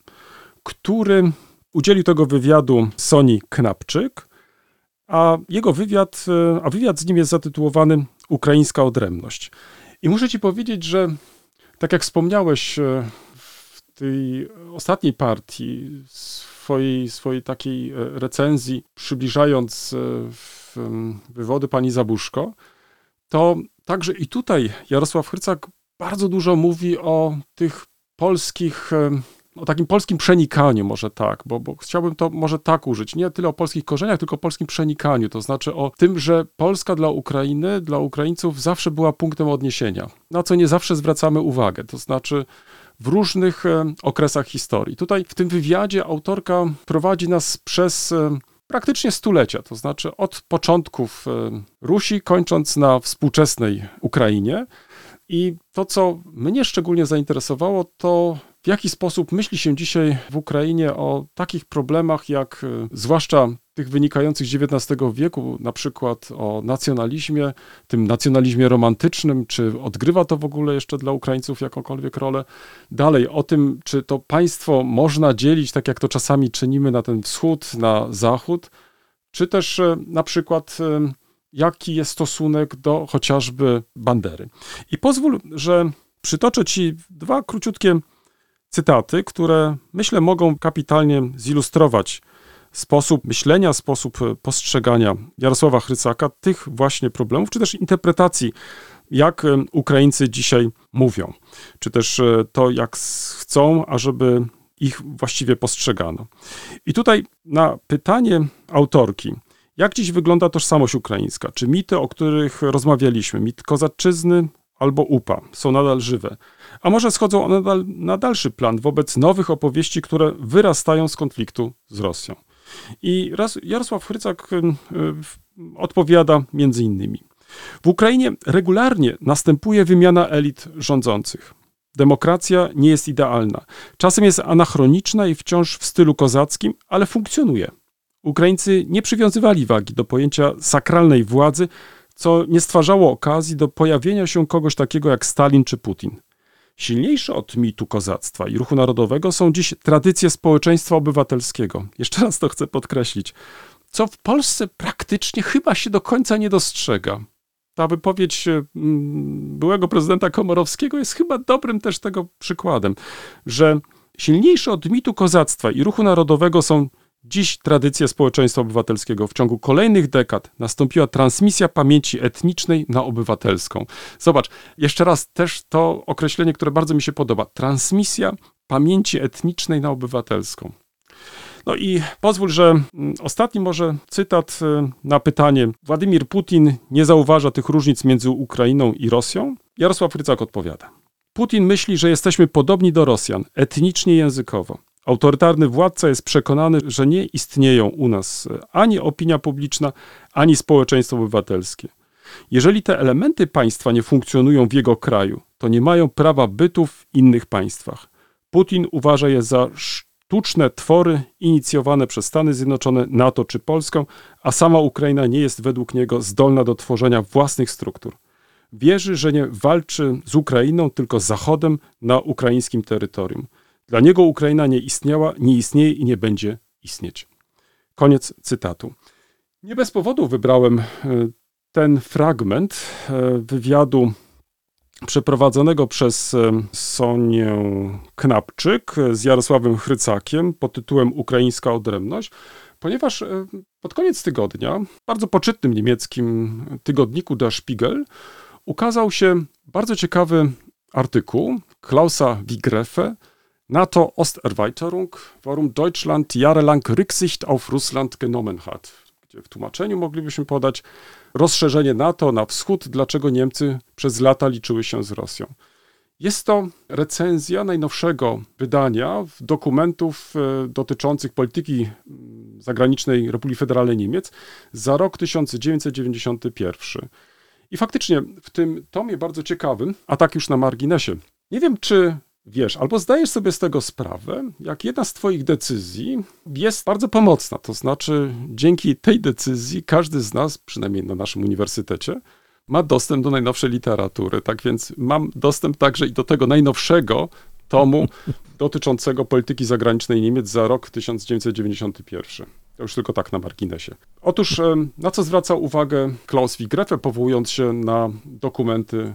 który udzielił tego wywiadu Soni Knapczyk, a wywiad z nim jest zatytułowany Ukraińska odrębność. I muszę ci powiedzieć, że tak jak wspomniałeś w tej ostatniej partii swojej takiej recenzji, przybliżając wywody pani Zabuszko, to także i tutaj Jarosław Chrycak bardzo dużo mówi o tych polskich, o takim polskim przenikaniu może tak, bo chciałbym to może tak użyć, nie tyle o polskich korzeniach, tylko o polskim przenikaniu, to znaczy o tym, że Polska dla Ukrainy, dla Ukraińców zawsze była punktem odniesienia, na co nie zawsze zwracamy uwagę, to znaczy w różnych okresach historii. Tutaj w tym wywiadzie autorka prowadzi nas przez praktycznie stulecia, to znaczy od początków Rusi, kończąc na współczesnej Ukrainie. I to, co mnie szczególnie zainteresowało, to w jaki sposób myśli się dzisiaj w Ukrainie o takich problemach, jak zwłaszcza tych wynikających z XIX wieku, na przykład o nacjonalizmie, tym nacjonalizmie romantycznym, czy odgrywa to w ogóle jeszcze dla Ukraińców jakąkolwiek rolę. Dalej o tym, czy to państwo można dzielić, tak jak to czasami czynimy, na ten wschód, na zachód, czy też na przykład jaki jest stosunek do chociażby Bandery. I pozwól, że przytoczę ci 2 króciutkie cytaty, które myślę mogą kapitalnie zilustrować sposób myślenia, sposób postrzegania Jarosława Chrycaka tych właśnie problemów, czy też interpretacji, jak Ukraińcy dzisiaj mówią, czy też to, jak chcą, ażeby ich właściwie postrzegano. I tutaj na pytanie autorki, jak dziś wygląda tożsamość ukraińska, czy mity, o których rozmawialiśmy, mit kozaczyzny, albo UPA są nadal żywe, a może schodzą one na dalszy plan wobec nowych opowieści, które wyrastają z konfliktu z Rosją. I Jarosław Hrycak odpowiada między innymi. W Ukrainie regularnie następuje wymiana elit rządzących. Demokracja nie jest idealna. Czasem jest anachroniczna i wciąż w stylu kozackim, ale funkcjonuje. Ukraińcy nie przywiązywali wagi do pojęcia sakralnej władzy, co nie stwarzało okazji do pojawienia się kogoś takiego jak Stalin czy Putin. Silniejsze od mitu kozactwa i ruchu narodowego są dziś tradycje społeczeństwa obywatelskiego. Jeszcze raz to chcę podkreślić, co w Polsce praktycznie chyba się do końca nie dostrzega. Ta wypowiedź byłego prezydenta Komorowskiego jest chyba dobrym też tego przykładem, że silniejsze od mitu kozactwa i ruchu narodowego są dziś tradycje społeczeństwa obywatelskiego. W ciągu kolejnych dekad nastąpiła transmisja pamięci etnicznej na obywatelską. Zobacz, jeszcze raz też to określenie, które bardzo mi się podoba. Transmisja pamięci etnicznej na obywatelską. No i pozwól, że ostatni może cytat na pytanie. Władimir Putin nie zauważa tych różnic między Ukrainą i Rosją? Jarosław Hrycak odpowiada. Putin myśli, że jesteśmy podobni do Rosjan, etnicznie i językowo. Autorytarny władca jest przekonany, że nie istnieją u nas ani opinia publiczna, ani społeczeństwo obywatelskie. Jeżeli te elementy państwa nie funkcjonują w jego kraju, to nie mają prawa bytu w innych państwach. Putin uważa je za sztuczne twory inicjowane przez Stany Zjednoczone, NATO czy Polskę, a sama Ukraina nie jest według niego zdolna do tworzenia własnych struktur. Wierzy, że nie walczy z Ukrainą, tylko z Zachodem na ukraińskim terytorium. Dla niego Ukraina nie istniała, nie istnieje i nie będzie istnieć. Koniec cytatu. Nie bez powodu wybrałem ten fragment wywiadu przeprowadzonego przez Sonię Knapczyk z Jarosławem Hrycakiem pod tytułem Ukraińska odrębność, ponieważ pod koniec tygodnia w bardzo poczytnym niemieckim tygodniku Der Spiegel ukazał się bardzo ciekawy artykuł Klausa Wigreffe NATO Osterweiterung, warum Deutschland jahrelang Rücksicht auf Russland genommen hat. Gdzie w tłumaczeniu moglibyśmy podać rozszerzenie NATO na wschód, dlaczego Niemcy przez lata liczyły się z Rosją. Jest to recenzja najnowszego wydania dokumentów dotyczących polityki zagranicznej Republiki Federalnej Niemiec za rok 1991. I faktycznie w tym tomie bardzo ciekawym, a tak już na marginesie, nie wiem czy wiesz, albo zdajesz sobie z tego sprawę, jak jedna z twoich decyzji jest bardzo pomocna. To znaczy, dzięki tej decyzji każdy z nas, przynajmniej na naszym uniwersytecie, ma dostęp do najnowszej literatury. Tak więc mam dostęp także i do tego najnowszego tomu dotyczącego polityki zagranicznej Niemiec za rok 1991. To już tylko tak na marginesie. Otóż na co zwraca uwagę Klaus Wigreffe, powołując się na dokumenty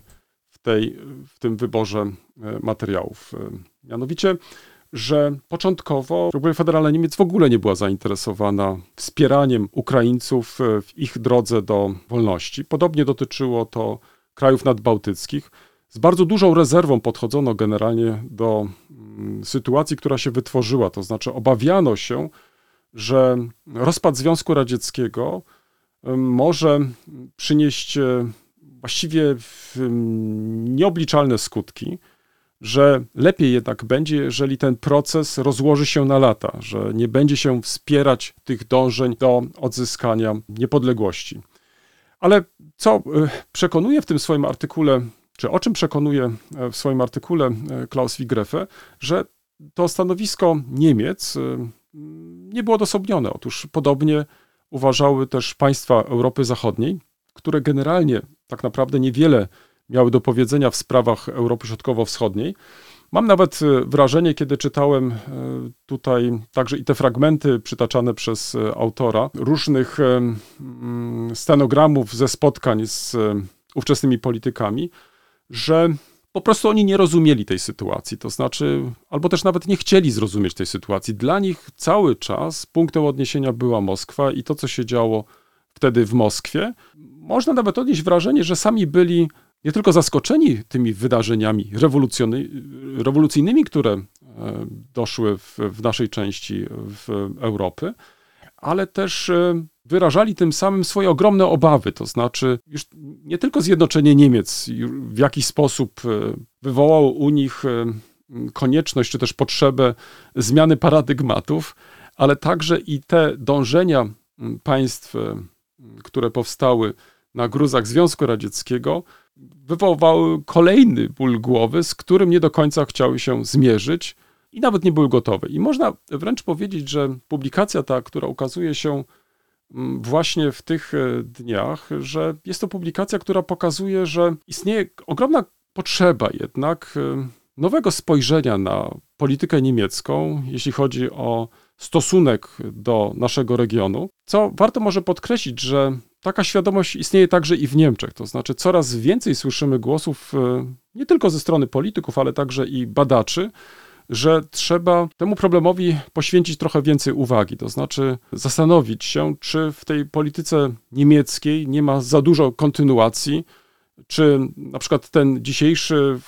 w tym wyborze materiałów. Mianowicie, że początkowo Republika Federalna Niemiec w ogóle nie była zainteresowana wspieraniem Ukraińców w ich drodze do wolności. Podobnie dotyczyło to krajów nadbałtyckich. Z bardzo dużą rezerwą podchodzono generalnie do sytuacji, która się wytworzyła. To znaczy obawiano się, że rozpad Związku Radzieckiego może przynieść właściwie nieobliczalne skutki, że lepiej jednak będzie, jeżeli ten proces rozłoży się na lata, że nie będzie się wspierać tych dążeń do odzyskania niepodległości. Ale co przekonuje w tym swoim artykule, czy o czym przekonuje w swoim artykule Klaus Wigreffe, że to stanowisko Niemiec nie było odosobnione. Otóż podobnie uważały też państwa Europy Zachodniej, które generalnie tak naprawdę niewiele miały do powiedzenia w sprawach Europy Środkowo-Wschodniej. Mam nawet wrażenie, kiedy czytałem tutaj także i te fragmenty przytaczane przez autora, różnych stenogramów ze spotkań z ówczesnymi politykami, że po prostu oni nie rozumieli tej sytuacji, to znaczy, albo też nawet nie chcieli zrozumieć tej sytuacji. Dla nich cały czas punktem odniesienia była Moskwa i to, co się działo wtedy w Moskwie. Można nawet odnieść wrażenie, że sami byli nie tylko zaskoczeni tymi wydarzeniami rewolucyjnymi, które doszły w naszej części Europy, ale też wyrażali tym samym swoje ogromne obawy, to znaczy już nie tylko zjednoczenie Niemiec w jakiś sposób wywołało u nich konieczność czy też potrzebę zmiany paradygmatów, ale także i te dążenia państw, które powstały na gruzach Związku Radzieckiego, wywoływały kolejny ból głowy, z którym nie do końca chciały się zmierzyć i nawet nie były gotowe. I można wręcz powiedzieć, że publikacja ta, która ukazuje się właśnie w tych dniach, że jest to publikacja, która pokazuje, że istnieje ogromna potrzeba jednak nowego spojrzenia na politykę niemiecką, jeśli chodzi o stosunek do naszego regionu, co warto może podkreślić, że taka świadomość istnieje także i w Niemczech, to znaczy coraz więcej słyszymy głosów nie tylko ze strony polityków, ale także i badaczy, że trzeba temu problemowi poświęcić trochę więcej uwagi, to znaczy zastanowić się, czy w tej polityce niemieckiej nie ma za dużo kontynuacji, czy na przykład ten dzisiejszy,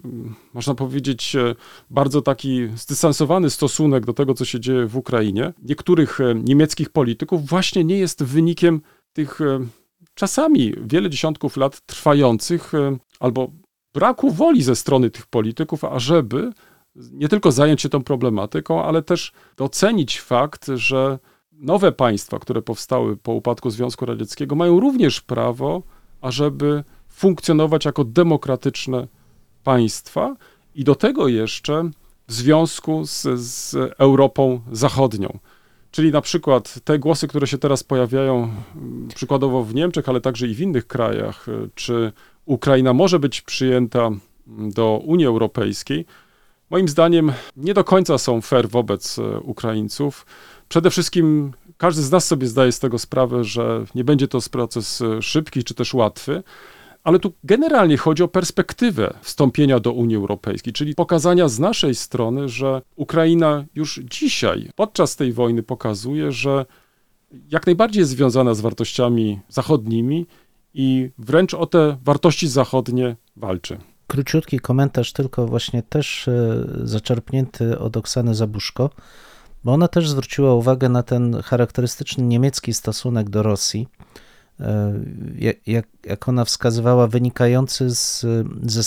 można powiedzieć, bardzo taki zdystansowany stosunek do tego, co się dzieje w Ukrainie, niektórych niemieckich polityków właśnie nie jest wynikiem tych czasami wiele dziesiątków lat trwających albo braku woli ze strony tych polityków, ażeby nie tylko zająć się tą problematyką, ale też docenić fakt, że nowe państwa, które powstały po upadku Związku Radzieckiego, mają również prawo, ażeby funkcjonować jako demokratyczne państwa i do tego jeszcze w związku z Europą Zachodnią. Czyli na przykład te głosy, które się teraz pojawiają przykładowo w Niemczech, ale także i w innych krajach, czy Ukraina może być przyjęta do Unii Europejskiej, moim zdaniem nie do końca są fair wobec Ukraińców. Przede wszystkim każdy z nas sobie zdaje z tego sprawę, że nie będzie to proces szybki czy też łatwy, ale tu generalnie chodzi o perspektywę wstąpienia do Unii Europejskiej, czyli pokazania z naszej strony, że Ukraina już dzisiaj, podczas tej wojny pokazuje, że jak najbardziej jest związana z wartościami zachodnimi i wręcz o te wartości zachodnie walczy. Króciutki komentarz, tylko właśnie też zaczerpnięty od Oksany Zabuszko, bo ona też zwróciła uwagę na ten charakterystyczny niemiecki stosunek do Rosji, jak ona wskazywała, wynikający ze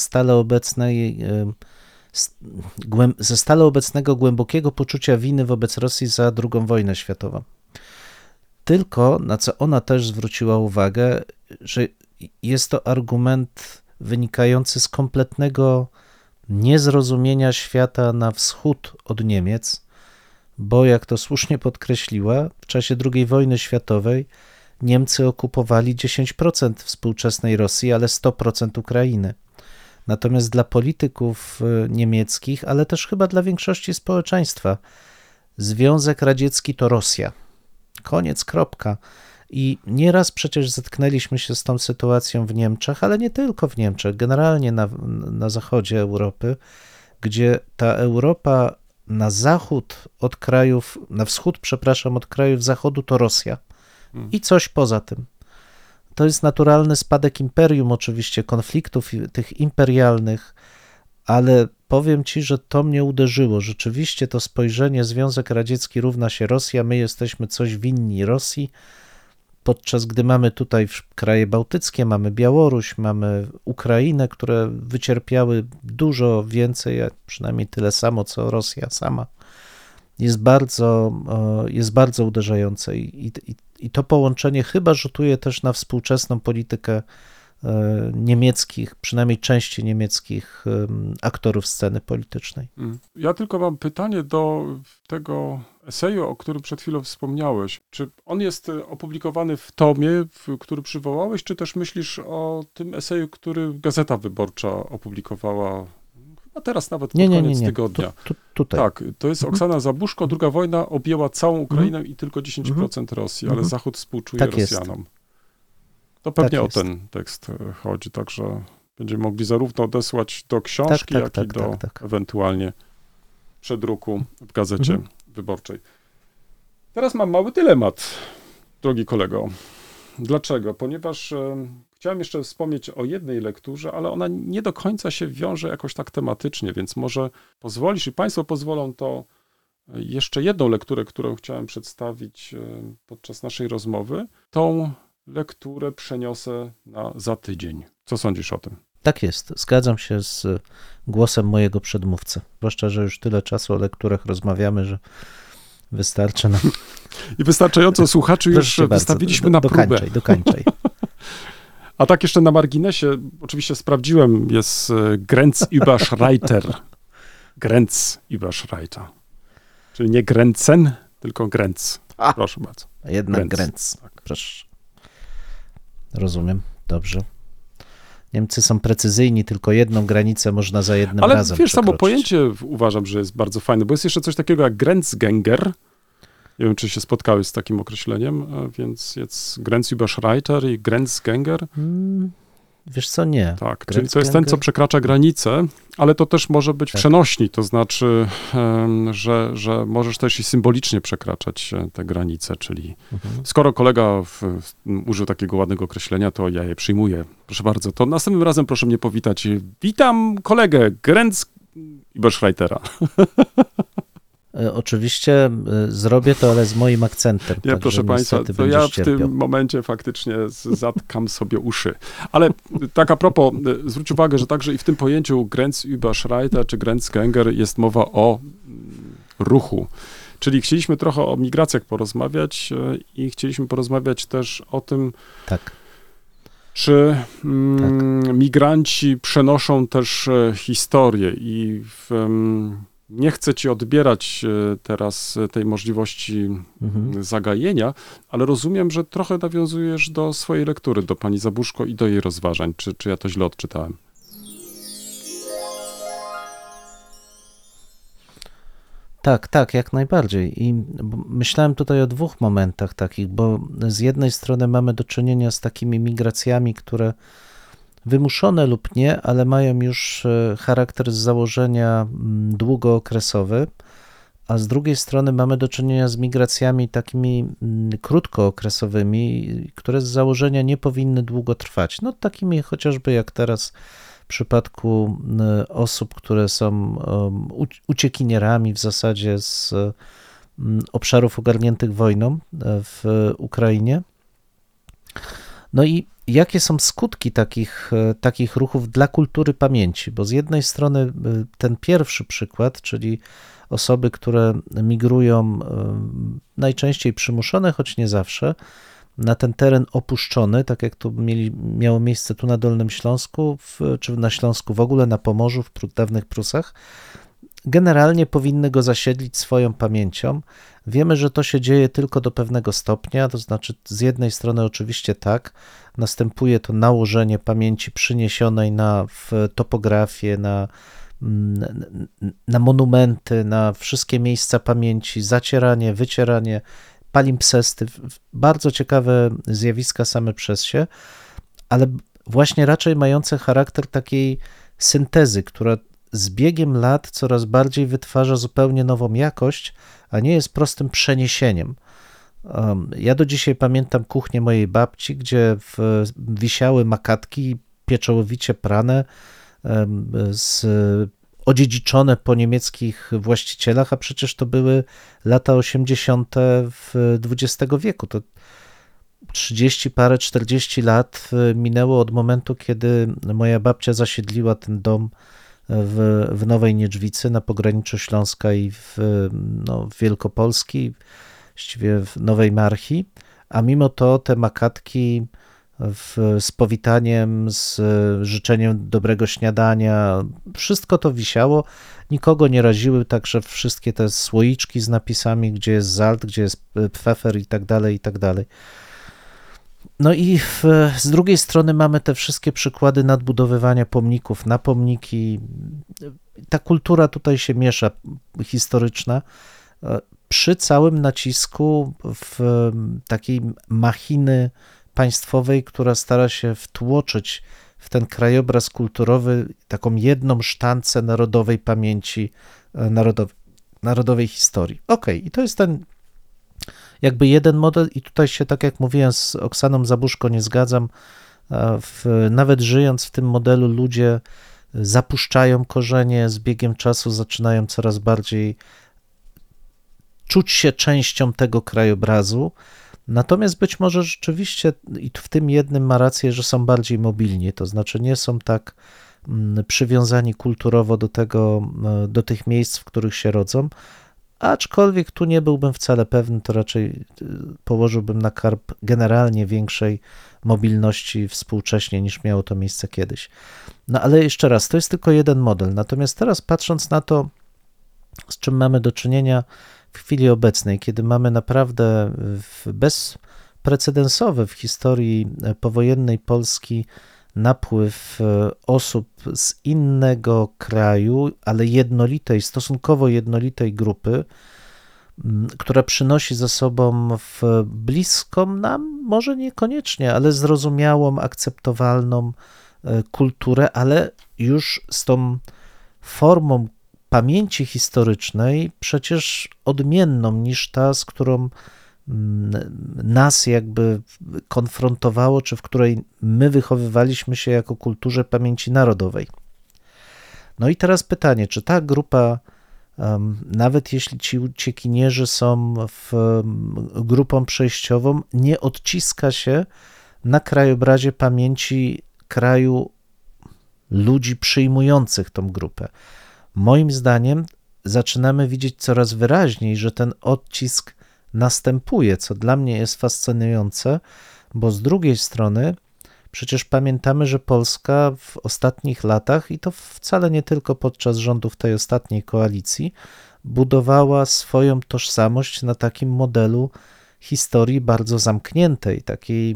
stale obecnego głębokiego poczucia winy wobec Rosji za II wojnę światową. Tylko, na co ona też zwróciła uwagę, że jest to argument wynikający z kompletnego niezrozumienia świata na wschód od Niemiec, bo jak to słusznie podkreśliła, w czasie II wojny światowej Niemcy okupowali 10% współczesnej Rosji, ale 100% Ukrainy. Natomiast dla polityków niemieckich, ale też chyba dla większości społeczeństwa, Związek Radziecki to Rosja. Koniec, kropka. I nieraz przecież zetknęliśmy się z tą sytuacją w Niemczech, ale nie tylko w Niemczech, generalnie na zachodzie Europy, gdzie ta Europa na wschód od krajów zachodu to Rosja. I coś poza tym. To jest naturalny spadek imperium, oczywiście, konfliktów tych imperialnych, ale powiem ci, że to mnie uderzyło. Rzeczywiście to spojrzenie Związek Radziecki równa się Rosja, my jesteśmy coś winni Rosji, podczas gdy mamy tutaj kraje bałtyckie, mamy Białoruś, mamy Ukrainę, które wycierpiały dużo więcej, przynajmniej tyle samo, co Rosja sama. Jest bardzo uderzające i to połączenie chyba rzutuje też na współczesną politykę niemieckich, przynajmniej części niemieckich aktorów sceny politycznej. Ja tylko mam pytanie do tego eseju, o którym przed chwilą wspomniałeś. Czy on jest opublikowany w tomie, który przywołałeś, czy też myślisz o tym eseju, który Gazeta Wyborcza opublikowała, a teraz nawet pod koniec tygodnia? Tutaj. Tak, to jest Oksana Zabuszko. Druga wojna objęła całą Ukrainę i tylko 10% Rosji, ale Zachód współczuje Tak Rosjanom. To pewnie o ten tekst chodzi, także będziemy mogli zarówno odesłać do książki, jak i do ewentualnie przedruku w Gazecie Wyborczej. Teraz mam mały dylemat, drogi kolego. Dlaczego? Ponieważ chciałem jeszcze wspomnieć o jednej lekturze, ale ona nie do końca się wiąże jakoś tak tematycznie, więc może pozwolisz i Państwo pozwolą, to jeszcze jedną lekturę, którą chciałem przedstawić podczas naszej rozmowy. Tą lekturę przeniosę za tydzień. Co sądzisz o tym? Tak jest, zgadzam się z głosem mojego przedmówcy. Zwłaszcza, że już tyle czasu o lekturach rozmawiamy, że wystarczy nam. I wystarczająco słuchaczy już Proszę wystawiliśmy bardzo, na próbę. Dokańczaj. A tak jeszcze na marginesie, oczywiście sprawdziłem, jest Grenzüberschreiter. Grenzüberschreiter. Czyli nie Grenzen, tylko Grenz. Proszę bardzo. A jednak Grenz. Grenz. Proszę. Rozumiem, dobrze. Niemcy są precyzyjni, tylko jedną granicę można za jednym Ale razem wiesz, samo przekroczyć. pojęcie uważam, że jest bardzo fajne, bo jest jeszcze coś takiego jak Grenzgänger. Nie wiem, czy się spotkałeś z takim określeniem, więc jest Grenzüberschreiter i Grenzgänger. Wiesz co, nie. Tak, czyli to jest ten, co Grenzgänger? przekracza granicę, ale to też może być Tak. przenośni, to znaczy, że możesz też i symbolicznie przekraczać te granice, czyli skoro kolega użył takiego ładnego określenia, to ja je przyjmuję. Proszę bardzo, to następnym razem proszę mnie powitać. Witam kolegę Grenzüberschreitera. Oczywiście zrobię to, ale z moim akcentem. Nie, także proszę Państwa, niestety to ja będziesz w cierpiał. tym momencie faktycznie zatkam sobie uszy. Ale tak a propos, zwróć uwagę, że także i w tym pojęciu Grenzüberschreiter czy Grenzgänger jest mowa o ruchu. Czyli chcieliśmy trochę o migracjach porozmawiać i chcieliśmy porozmawiać też o tym, Tak. czy migranci przenoszą też historię i nie chcę ci odbierać teraz tej możliwości zagajenia, ale rozumiem, że trochę nawiązujesz do swojej lektury, do pani Zabuszko i do jej rozważań. Czy ja to źle odczytałem? Tak, jak najbardziej. I myślałem tutaj o dwóch momentach takich, bo z jednej strony mamy do czynienia z takimi migracjami, które wymuszone lub nie, ale mają już charakter z założenia długookresowy, a z drugiej strony mamy do czynienia z migracjami takimi krótkookresowymi, które z założenia nie powinny długo trwać. No takimi chociażby jak teraz w przypadku osób, które są uciekinierami w zasadzie z obszarów ogarniętych wojną w Ukrainie. No i jakie są skutki takich ruchów dla kultury pamięci? Bo z jednej strony ten pierwszy przykład, czyli osoby, które migrują najczęściej przymuszone, choć nie zawsze, na ten teren opuszczony, tak jak to miało miejsce tu na Dolnym Śląsku, czy na Śląsku w ogóle, na Pomorzu, w dawnych Prusach, generalnie powinny go zasiedlić swoją pamięcią. Wiemy, że to się dzieje tylko do pewnego stopnia, to znaczy z jednej strony oczywiście tak, następuje to nałożenie pamięci przyniesionej na topografię, na monumenty, na wszystkie miejsca pamięci, zacieranie, wycieranie, palimpsesty, bardzo ciekawe zjawiska same przez się, ale właśnie raczej mające charakter takiej syntezy, która z biegiem lat coraz bardziej wytwarza zupełnie nową jakość, a nie jest prostym przeniesieniem. Ja do dzisiaj pamiętam kuchnię mojej babci, gdzie wisiały makatki pieczołowicie prane, odziedziczone po niemieckich właścicielach, a przecież to były lata 80. XX wieku. To 30 parę, 40 lat minęło od momentu, kiedy moja babcia zasiedliła ten dom w Nowej Niedźwicy na pograniczu Śląska i w Wielkopolski, właściwie w Nowej Marchi, a mimo to te makatki z powitaniem, z życzeniem dobrego śniadania, wszystko to wisiało, nikogo nie raziły, także wszystkie te słoiczki z napisami, gdzie jest Zalt, gdzie jest Pfeffer i tak dalej, i tak dalej. No i z drugiej strony mamy te wszystkie przykłady nadbudowywania pomników na pomniki. Ta kultura tutaj się miesza, historyczna, przy całym nacisku w takiej machiny państwowej, która stara się wtłoczyć w ten krajobraz kulturowy taką jedną sztancę narodowej pamięci, narodowej historii. Okej, i to jest ten jakby jeden model i tutaj się, tak jak mówiłem, z Oksaną Zabuszko nie zgadzam. Nawet żyjąc w tym modelu, ludzie zapuszczają korzenie, z biegiem czasu zaczynają coraz bardziej czuć się częścią tego krajobrazu. Natomiast być może rzeczywiście i w tym jednym ma rację, że są bardziej mobilni, to znaczy nie są tak przywiązani kulturowo do tych miejsc, w których się rodzą, aczkolwiek tu nie byłbym wcale pewny, to raczej położyłbym na karb generalnie większej mobilności współcześnie niż miało to miejsce kiedyś. No ale jeszcze raz, to jest tylko jeden model, natomiast teraz patrząc na to, z czym mamy do czynienia w chwili obecnej, kiedy mamy naprawdę bezprecedensowy w historii powojennej Polski napływ osób z innego kraju, ale stosunkowo jednolitej grupy, która przynosi ze sobą w bliską nam, może niekoniecznie, ale zrozumiałą, akceptowalną kulturę, ale już z tą formą pamięci historycznej przecież odmienną niż ta, z którą nas jakby konfrontowało, czy w której my wychowywaliśmy się jako kulturze pamięci narodowej. No i teraz pytanie, czy ta grupa, nawet jeśli ci uciekinierzy są grupą przejściową, nie odciska się na krajobrazie pamięci kraju ludzi przyjmujących tą grupę? Moim zdaniem zaczynamy widzieć coraz wyraźniej, że ten odcisk następuje, co dla mnie jest fascynujące, bo z drugiej strony przecież pamiętamy, że Polska w ostatnich latach, i to wcale nie tylko podczas rządów tej ostatniej koalicji, budowała swoją tożsamość na takim modelu historii bardzo zamkniętej, takiej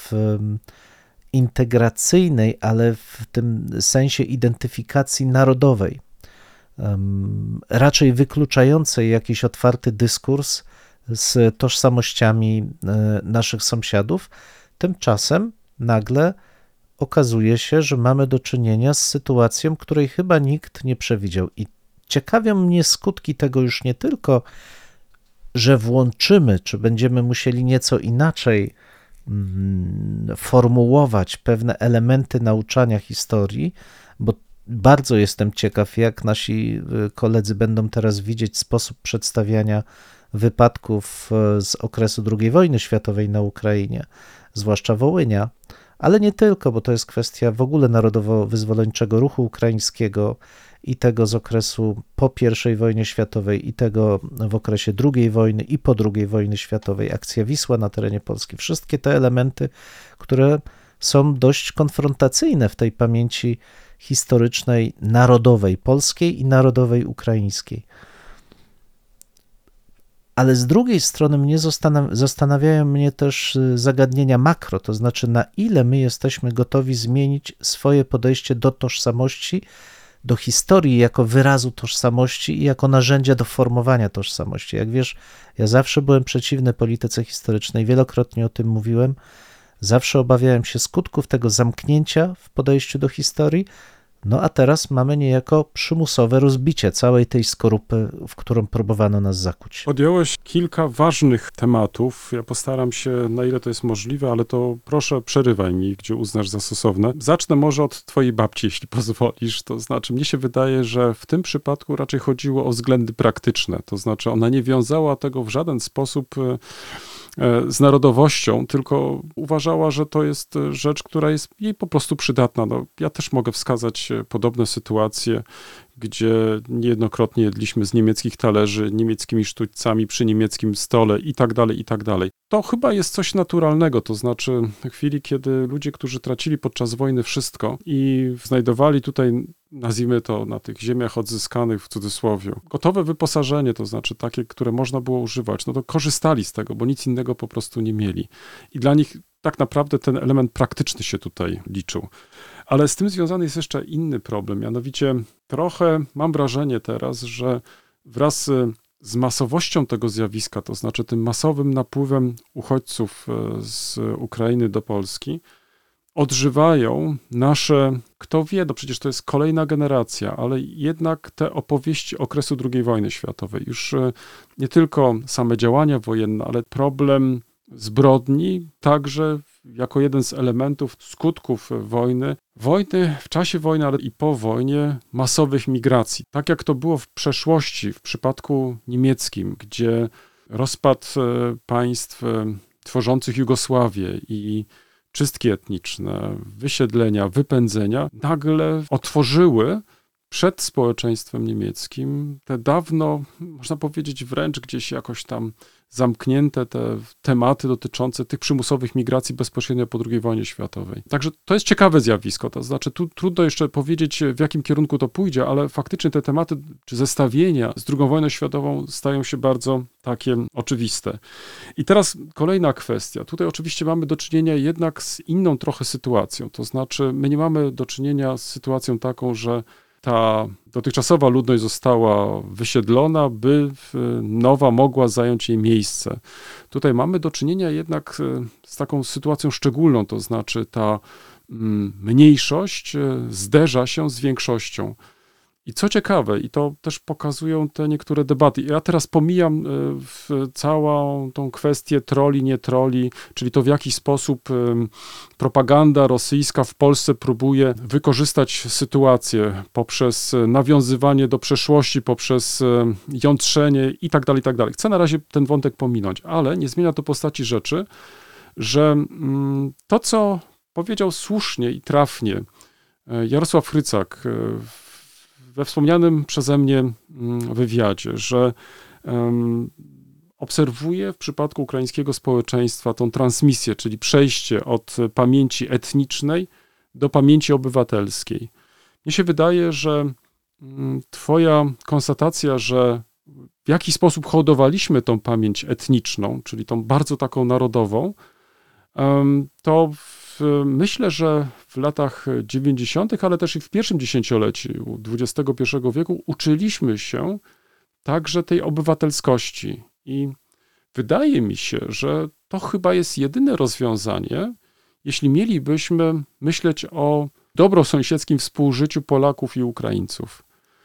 integracyjnej, ale w tym sensie identyfikacji narodowej, raczej wykluczającej jakiś otwarty dyskurs z tożsamościami naszych sąsiadów. Tymczasem nagle okazuje się, że mamy do czynienia z sytuacją, której chyba nikt nie przewidział. I ciekawią mnie skutki tego już nie tylko, że włączymy, czy będziemy musieli nieco inaczej formułować pewne elementy nauczania historii, bo bardzo jestem ciekaw, jak nasi koledzy będą teraz widzieć sposób przedstawiania wypadków z okresu II wojny światowej na Ukrainie, zwłaszcza Wołynia, ale nie tylko, bo to jest kwestia w ogóle narodowo-wyzwoleńczego ruchu ukraińskiego i tego z okresu po I wojnie światowej i tego w okresie II wojny i po II wojny światowej, akcja Wisła na terenie Polski. Wszystkie te elementy, które są dość konfrontacyjne w tej pamięci historycznej narodowej polskiej i narodowej ukraińskiej. Ale z drugiej strony zastanawiają mnie też zagadnienia makro, to znaczy na ile my jesteśmy gotowi zmienić swoje podejście do tożsamości, do historii jako wyrazu tożsamości i jako narzędzia do formowania tożsamości. Jak wiesz, ja zawsze byłem przeciwny polityce historycznej, wielokrotnie o tym mówiłem, zawsze obawiałem się skutków tego zamknięcia w podejściu do historii, no a teraz mamy niejako przymusowe rozbicie całej tej skorupy, w którą próbowano nas zakuć. Podjąłeś kilka ważnych tematów. Ja postaram się, na ile to jest możliwe, ale to proszę przerywaj mi, gdzie uznasz za stosowne. Zacznę może od twojej babci, jeśli pozwolisz. To znaczy, mnie się wydaje, że w tym przypadku raczej chodziło o względy praktyczne. To znaczy, ona nie wiązała tego w żaden sposób z narodowością, tylko uważała, że to jest rzecz, która jest jej po prostu przydatna. No, ja też mogę wskazać podobne sytuacje, gdzie niejednokrotnie jedliśmy z niemieckich talerzy, niemieckimi sztućcami przy niemieckim stole i tak dalej, i tak dalej. To chyba jest coś naturalnego, to znaczy w chwili, kiedy ludzie, którzy tracili podczas wojny wszystko i znajdowali tutaj, nazwijmy to, na tych ziemiach odzyskanych w cudzysłowie, gotowe wyposażenie, to znaczy takie, które można było używać, no to korzystali z tego, bo nic innego po prostu nie mieli. I dla nich tak naprawdę ten element praktyczny się tutaj liczył. Ale z tym związany jest jeszcze inny problem, mianowicie trochę mam wrażenie teraz, że wraz z masowością tego zjawiska, to znaczy tym masowym napływem uchodźców z Ukrainy do Polski, odżywają nasze, kto wie, no przecież to jest kolejna generacja, ale jednak te opowieści okresu II wojny światowej, już nie tylko same działania wojenne, ale problem zbrodni, także jako jeden z elementów skutków wojny w czasie wojny, ale i po wojnie, masowych migracji. Tak jak to było w przeszłości, w przypadku niemieckim, gdzie rozpad państw tworzących Jugosławię i czystki etniczne, wysiedlenia, wypędzenia nagle otworzyły przed społeczeństwem niemieckim te dawno, można powiedzieć, wręcz gdzieś jakoś tam zamknięte te tematy dotyczące tych przymusowych migracji bezpośrednio po II wojnie światowej. Także to jest ciekawe zjawisko, to znaczy tu trudno jeszcze powiedzieć, w jakim kierunku to pójdzie, ale faktycznie te tematy czy zestawienia z II wojną światową stają się bardzo takie oczywiste. I teraz kolejna kwestia. Tutaj oczywiście mamy do czynienia jednak z inną trochę sytuacją, to znaczy my nie mamy do czynienia z sytuacją taką, że ta dotychczasowa ludność została wysiedlona, by nowa mogła zająć jej miejsce. Tutaj mamy do czynienia jednak z taką sytuacją szczególną, to znaczy ta mniejszość zderza się z większością. I co ciekawe, i to też pokazują te niektóre debaty, ja teraz pomijam całą tą kwestię troli, nie troli, czyli to w jaki sposób propaganda rosyjska w Polsce próbuje wykorzystać sytuację poprzez nawiązywanie do przeszłości, poprzez jątrzenie i tak dalej, i tak dalej. Chcę na razie ten wątek pominąć, ale nie zmienia to postaci rzeczy, że to, co powiedział słusznie i trafnie Jarosław Hrycak we wspomnianym przeze mnie wywiadzie, że obserwuje w przypadku ukraińskiego społeczeństwa tą transmisję, czyli przejście od pamięci etnicznej do pamięci obywatelskiej. Mnie się wydaje, że twoja konstatacja, że w jaki sposób hołdowaliśmy tą pamięć etniczną, czyli tą bardzo taką narodową, to myślę, że w latach 90., ale też i w pierwszym dziesięcioleciu XXI wieku uczyliśmy się także tej obywatelskości. I wydaje mi się, że to chyba jest jedyne rozwiązanie, jeśli mielibyśmy myśleć o dobrosąsiedzkim współżyciu Polaków i Ukraińców.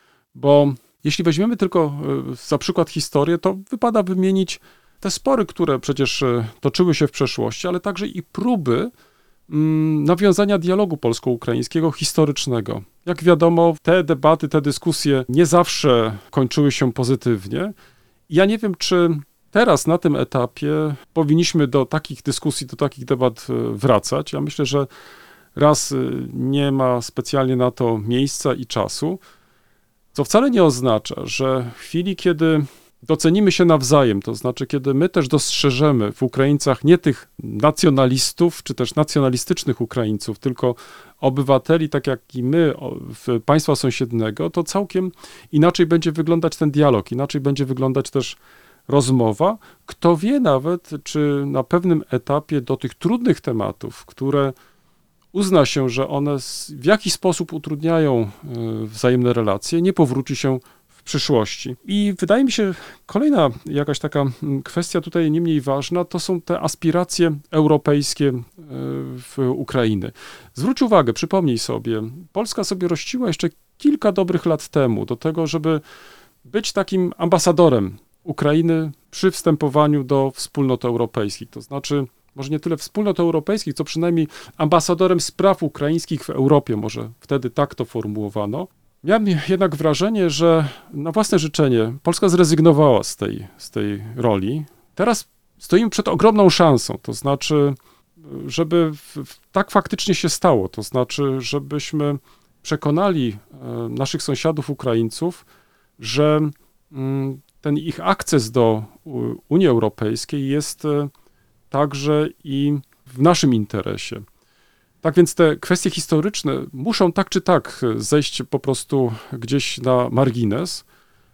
Bo jeśli weźmiemy tylko za przykład historię, to wypada wymienić te spory, które przecież toczyły się w przeszłości, ale także i próby nawiązania dialogu polsko-ukraińskiego historycznego. Jak wiadomo, te debaty, te dyskusje nie zawsze kończyły się pozytywnie. Ja nie wiem, czy teraz na tym etapie powinniśmy do takich dyskusji, do takich debat wracać. Ja myślę, że raz nie ma specjalnie na to miejsca i czasu, co wcale nie oznacza, że w chwili, kiedy docenimy się nawzajem, to znaczy, kiedy my też dostrzeżemy w Ukraińcach nie tych nacjonalistów, czy też nacjonalistycznych Ukraińców, tylko obywateli, tak jak i my, państwa sąsiedniego, to całkiem inaczej będzie wyglądać ten dialog, inaczej będzie wyglądać też rozmowa. Kto wie nawet, czy na pewnym etapie do tych trudnych tematów, które uzna się, że one w jakiś sposób utrudniają wzajemne relacje, nie powróci się w przyszłości. I wydaje mi się, kolejna jakaś taka kwestia tutaj nie mniej ważna, to są te aspiracje europejskie w Ukrainy. Zwróć uwagę, przypomnij sobie, Polska sobie rościła jeszcze kilka dobrych lat temu do tego, żeby być takim ambasadorem Ukrainy przy wstępowaniu do wspólnot europejskich. To znaczy, może nie tyle wspólnot europejskich, co przynajmniej ambasadorem spraw ukraińskich w Europie, może wtedy tak to formułowano. Miałem jednak wrażenie, że na własne życzenie Polska zrezygnowała z tej roli. Teraz stoimy przed ogromną szansą, to znaczy, żeby tak faktycznie się stało, to znaczy, żebyśmy przekonali naszych sąsiadów Ukraińców, że ten ich akces do Unii Europejskiej jest także i w naszym interesie. Tak więc te kwestie historyczne muszą tak czy tak zejść po prostu gdzieś na margines,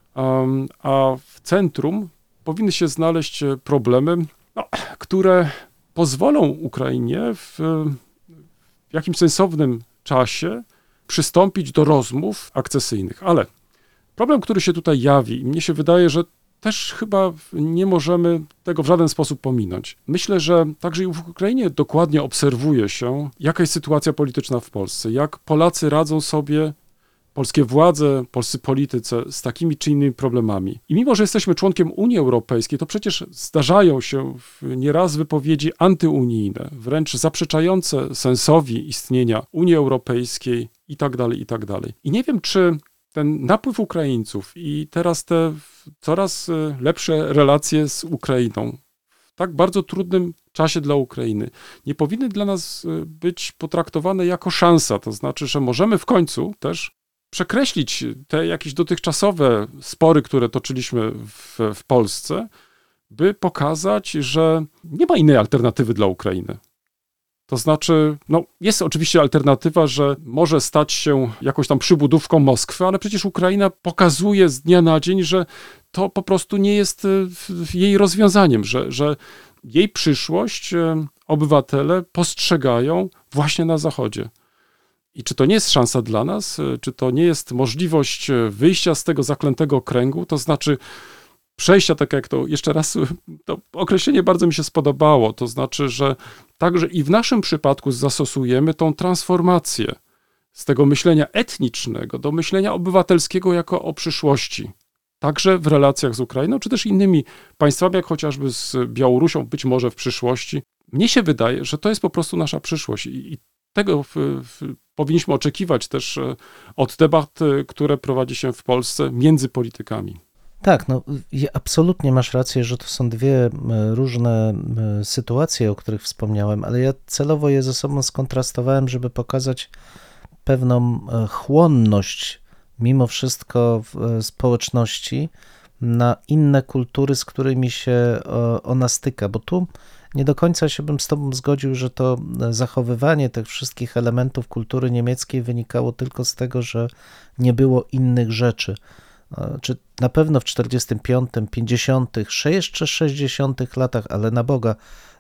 a w centrum powinny się znaleźć problemy, które pozwolą Ukrainie w jakimś sensownym czasie przystąpić do rozmów akcesyjnych. Ale problem, który się tutaj jawi, i mnie się wydaje, że też chyba nie możemy tego w żaden sposób pominąć. Myślę, że także i w Ukrainie dokładnie obserwuje się, jaka jest sytuacja polityczna w Polsce, jak Polacy radzą sobie polskie władze, polscy politycy z takimi czy innymi problemami. I mimo, że jesteśmy członkiem Unii Europejskiej, to przecież zdarzają się nieraz wypowiedzi antyunijne, wręcz zaprzeczające sensowi istnienia Unii Europejskiej i tak dalej, i tak dalej. I nie wiem, czy ten napływ Ukraińców i teraz te coraz lepsze relacje z Ukrainą w tak bardzo trudnym czasie dla Ukrainy nie powinny dla nas być potraktowane jako szansa. To znaczy, że możemy w końcu też przekreślić te jakieś dotychczasowe spory, które toczyliśmy w Polsce, by pokazać, że nie ma innej alternatywy dla Ukrainy. To znaczy, jest oczywiście alternatywa, że może stać się jakąś tam przybudówką Moskwy, ale przecież Ukraina pokazuje z dnia na dzień, że to po prostu nie jest jej rozwiązaniem, że jej przyszłość obywatele postrzegają właśnie na Zachodzie. I czy to nie jest szansa dla nas? Czy to nie jest możliwość wyjścia z tego zaklętego kręgu? To znaczy przejścia, tak jak to, jeszcze raz, to określenie bardzo mi się spodobało, to znaczy, że także i w naszym przypadku zastosujemy tą transformację z tego myślenia etnicznego do myślenia obywatelskiego jako o przyszłości. Także w relacjach z Ukrainą, czy też innymi państwami, jak chociażby z Białorusią, być może w przyszłości. Mnie się wydaje, że to jest po prostu nasza przyszłość i tego powinniśmy oczekiwać też od debat, które prowadzi się w Polsce między politykami. Tak, absolutnie masz rację, że to są dwie różne sytuacje, o których wspomniałem, ale ja celowo je ze sobą skontrastowałem, żeby pokazać pewną chłonność mimo wszystko społeczności na inne kultury, z którymi się ona styka, bo tu nie do końca się bym z tobą zgodził, że to zachowywanie tych wszystkich elementów kultury niemieckiej wynikało tylko z tego, że nie było innych rzeczy. Czy na pewno w 45., 50., jeszcze 60. latach, ale na Boga,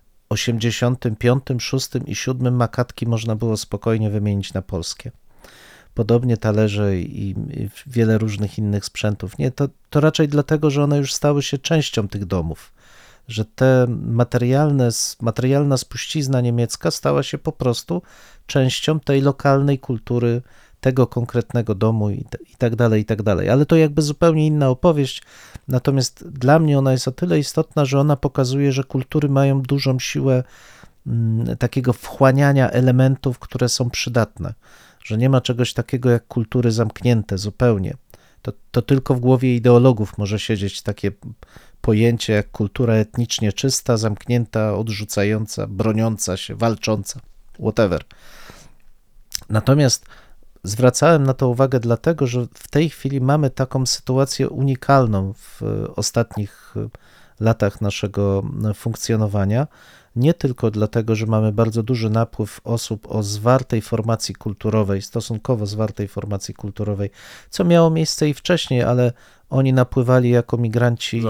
85., 6. i 7. makatki można było spokojnie wymienić na polskie. Podobnie talerze i wiele różnych innych sprzętów. Nie, to raczej dlatego, że one już stały się częścią tych domów, że te materialna spuścizna niemiecka stała się po prostu częścią tej lokalnej kultury tego konkretnego domu i tak dalej, i tak dalej. Ale to jakby zupełnie inna opowieść, natomiast dla mnie ona jest o tyle istotna, że ona pokazuje, że kultury mają dużą siłę takiego wchłaniania elementów, które są przydatne, że nie ma czegoś takiego jak kultury zamknięte zupełnie. To tylko w głowie ideologów może siedzieć takie pojęcie jak kultura etnicznie czysta, zamknięta, odrzucająca, broniąca się, walcząca, whatever. Natomiast zwracałem na to uwagę dlatego, że w tej chwili mamy taką sytuację unikalną w ostatnich latach naszego funkcjonowania, nie tylko dlatego, że mamy bardzo duży napływ osób o zwartej formacji kulturowej, stosunkowo zwartej formacji co miało miejsce i wcześniej, ale oni napływali jako migranci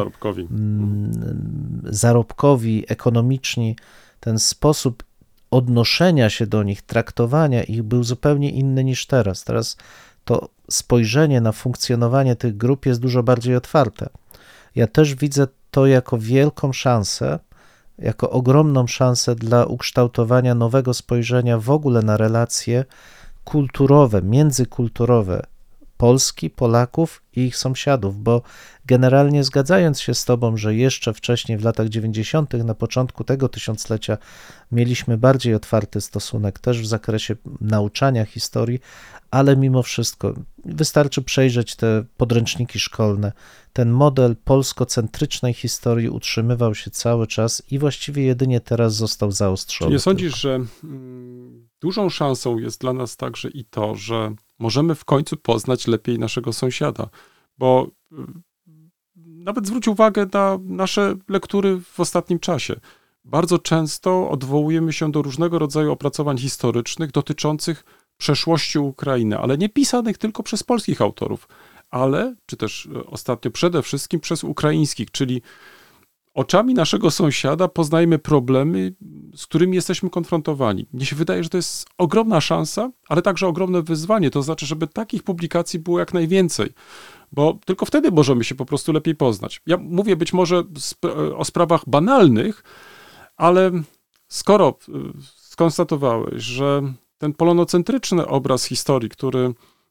zarobkowi, ekonomiczni. Ten sposób odnoszenia się do nich, traktowania ich był zupełnie inny niż teraz. Teraz to spojrzenie na funkcjonowanie tych grup jest dużo bardziej otwarte. Ja też widzę to jako wielką szansę, jako ogromną szansę dla ukształtowania nowego spojrzenia w ogóle na relacje kulturowe, międzykulturowe Polski, Polaków i ich sąsiadów, bo generalnie zgadzając się z tobą, że jeszcze wcześniej w latach 90., na początku tego tysiąclecia mieliśmy bardziej otwarty stosunek też w zakresie nauczania historii, ale mimo wszystko wystarczy przejrzeć te podręczniki szkolne. Ten model polskocentrycznej historii utrzymywał się cały czas i właściwie jedynie teraz został zaostrzony. Czy nie sądzisz, że dużą szansą jest dla nas także i to, że możemy w końcu poznać lepiej naszego sąsiada? Bo nawet zwróć uwagę na nasze lektury w ostatnim czasie. Bardzo często odwołujemy się do różnego rodzaju opracowań historycznych dotyczących przeszłości Ukrainy, ale nie pisanych tylko przez polskich autorów, ale, czy też ostatnio przede wszystkim przez ukraińskich, czyli oczami naszego sąsiada poznajemy problemy, z którymi jesteśmy konfrontowani. Mnie się wydaje, że to jest ogromna szansa, ale także ogromne wyzwanie, to znaczy, żeby takich publikacji było jak najwięcej, bo tylko wtedy możemy się po prostu lepiej poznać. Ja mówię być może o sprawach banalnych, ale skoro skonstatowałeś, że ten polonocentryczny obraz historii, który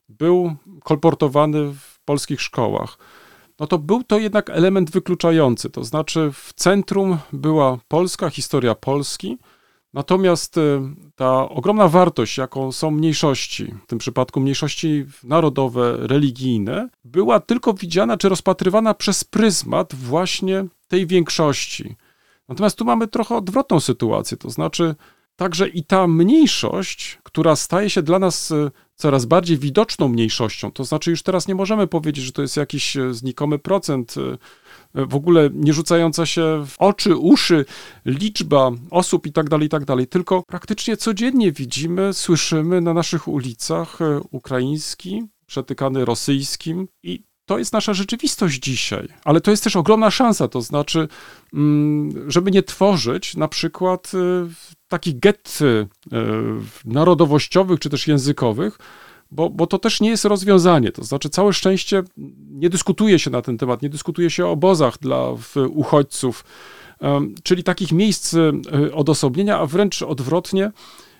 był kolportowany w polskich szkołach, no to był to jednak element wykluczający. To znaczy w centrum była Polska, historia Polski, natomiast ta ogromna wartość, jaką są mniejszości, w tym przypadku mniejszości narodowe, religijne, była tylko widziana czy rozpatrywana przez pryzmat właśnie tej większości. Natomiast tu mamy trochę odwrotną sytuację, to znaczy także i ta mniejszość, która staje się dla nas coraz bardziej widoczną mniejszością, to znaczy już teraz nie możemy powiedzieć, że to jest jakiś znikomy procent, w ogóle nie rzucająca się w oczy, uszy liczba osób i tak dalej, tylko praktycznie codziennie widzimy, słyszymy na naszych ulicach ukraiński, przetykany rosyjskim i to jest nasza rzeczywistość dzisiaj, ale to jest też ogromna szansa, to znaczy, żeby nie tworzyć na przykład takich gett narodowościowych czy też językowych, bo to też nie jest rozwiązanie. To znaczy całe szczęście nie dyskutuje się na ten temat, nie dyskutuje się o obozach dla uchodźców, czyli takich miejsc odosobnienia, a wręcz odwrotnie,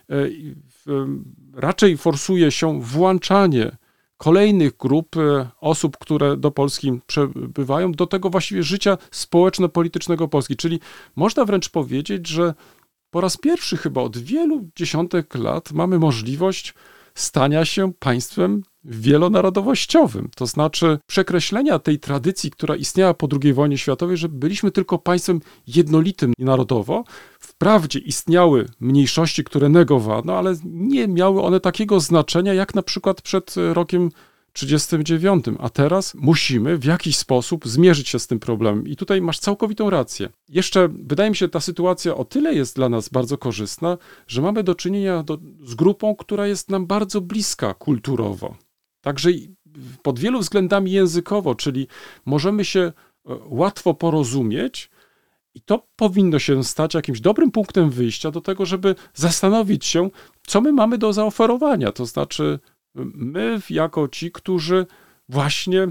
raczej forsuje się włączanie kolejnych grup osób, które do Polski przybywają, do tego właściwie życia społeczno-politycznego Polski. Czyli można wręcz powiedzieć, że po raz pierwszy chyba od wielu dziesiątek lat mamy możliwość stania się państwem wielonarodowościowym. To znaczy przekreślenia tej tradycji, która istniała po II wojnie światowej, że byliśmy tylko państwem jednolitym narodowo. Wprawdzie istniały mniejszości, które negowano, ale nie miały one takiego znaczenia, jak na przykład przed rokiem 1939. A teraz musimy w jakiś sposób zmierzyć się z tym problemem. I tutaj masz całkowitą rację. Jeszcze wydaje mi się, ta sytuacja o tyle jest dla nas bardzo korzystna, że mamy do czynienia z grupą, która jest nam bardzo bliska kulturowo. Także pod wielu względami językowo, czyli możemy się łatwo porozumieć i to powinno się stać jakimś dobrym punktem wyjścia do tego, żeby zastanowić się, co my mamy do zaoferowania. To znaczy my jako ci, którzy właśnie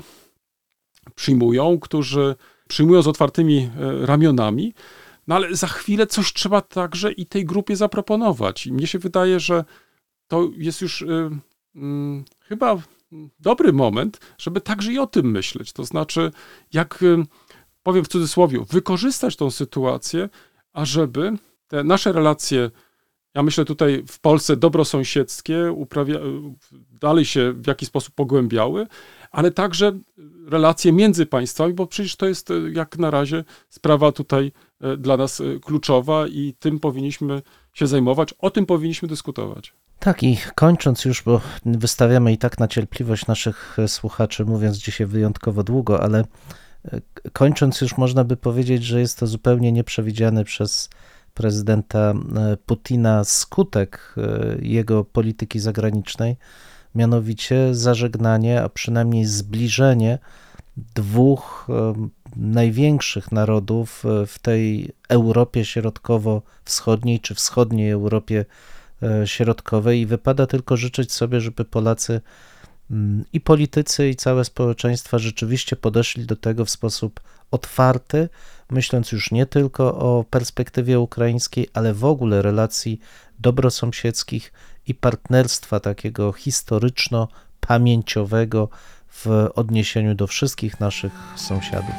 którzy przyjmują z otwartymi ramionami, no ale za chwilę coś trzeba także i tej grupie zaproponować. I mnie się wydaje, że to jest już chyba dobry moment, żeby także i o tym myśleć. To znaczy, jak powiem w cudzysłowie, wykorzystać tą sytuację, ażeby te nasze relacje, ja myślę tutaj w Polsce dobrosąsiedzkie, dalej się w jakiś sposób pogłębiały, ale także relacje między państwami, bo przecież to jest jak na razie sprawa tutaj dla nas kluczowa i tym powinniśmy się zajmować, o tym powinniśmy dyskutować. Tak, i kończąc już, bo wystawiamy i tak na cierpliwość naszych słuchaczy, mówiąc dzisiaj wyjątkowo długo, ale kończąc już można by powiedzieć, że jest to zupełnie nieprzewidziany przez prezydenta Putina skutek jego polityki zagranicznej, mianowicie zażegnanie, a przynajmniej zbliżenie dwóch największych narodów w tej Europie Środkowo-Wschodniej czy wschodniej Europie Środkowej i wypada tylko życzyć sobie, żeby Polacy i politycy, i całe społeczeństwa rzeczywiście podeszli do tego w sposób otwarty, myśląc już nie tylko o perspektywie ukraińskiej, ale w ogóle relacji dobrosąsiedzkich i partnerstwa takiego historyczno-pamięciowego w odniesieniu do wszystkich naszych sąsiadów.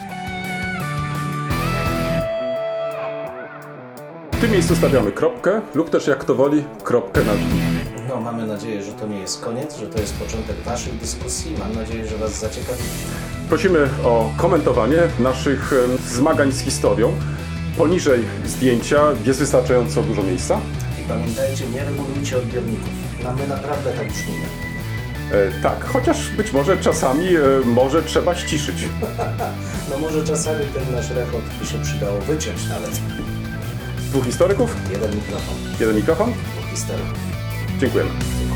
W tym miejscu stawiamy kropkę lub też jak to woli, kropkę nad i. No, mamy nadzieję, że to nie jest koniec, że to jest początek waszej dyskusji. Mam nadzieję, że was zaciekawi. Prosimy o komentowanie naszych zmagań z historią. Poniżej zdjęcia jest wystarczająco dużo miejsca. I pamiętajcie, nie regulujcie odbiorników. My naprawdę tak czynimy. Tak, chociaż być może czasami może trzeba ściszyć. No może czasami ten nasz rechot by się przydało wyciąć nawet. Dwóch historyków, Jeden mikrofon, jeden mikrofon. dwóch historyków. Dziękujemy.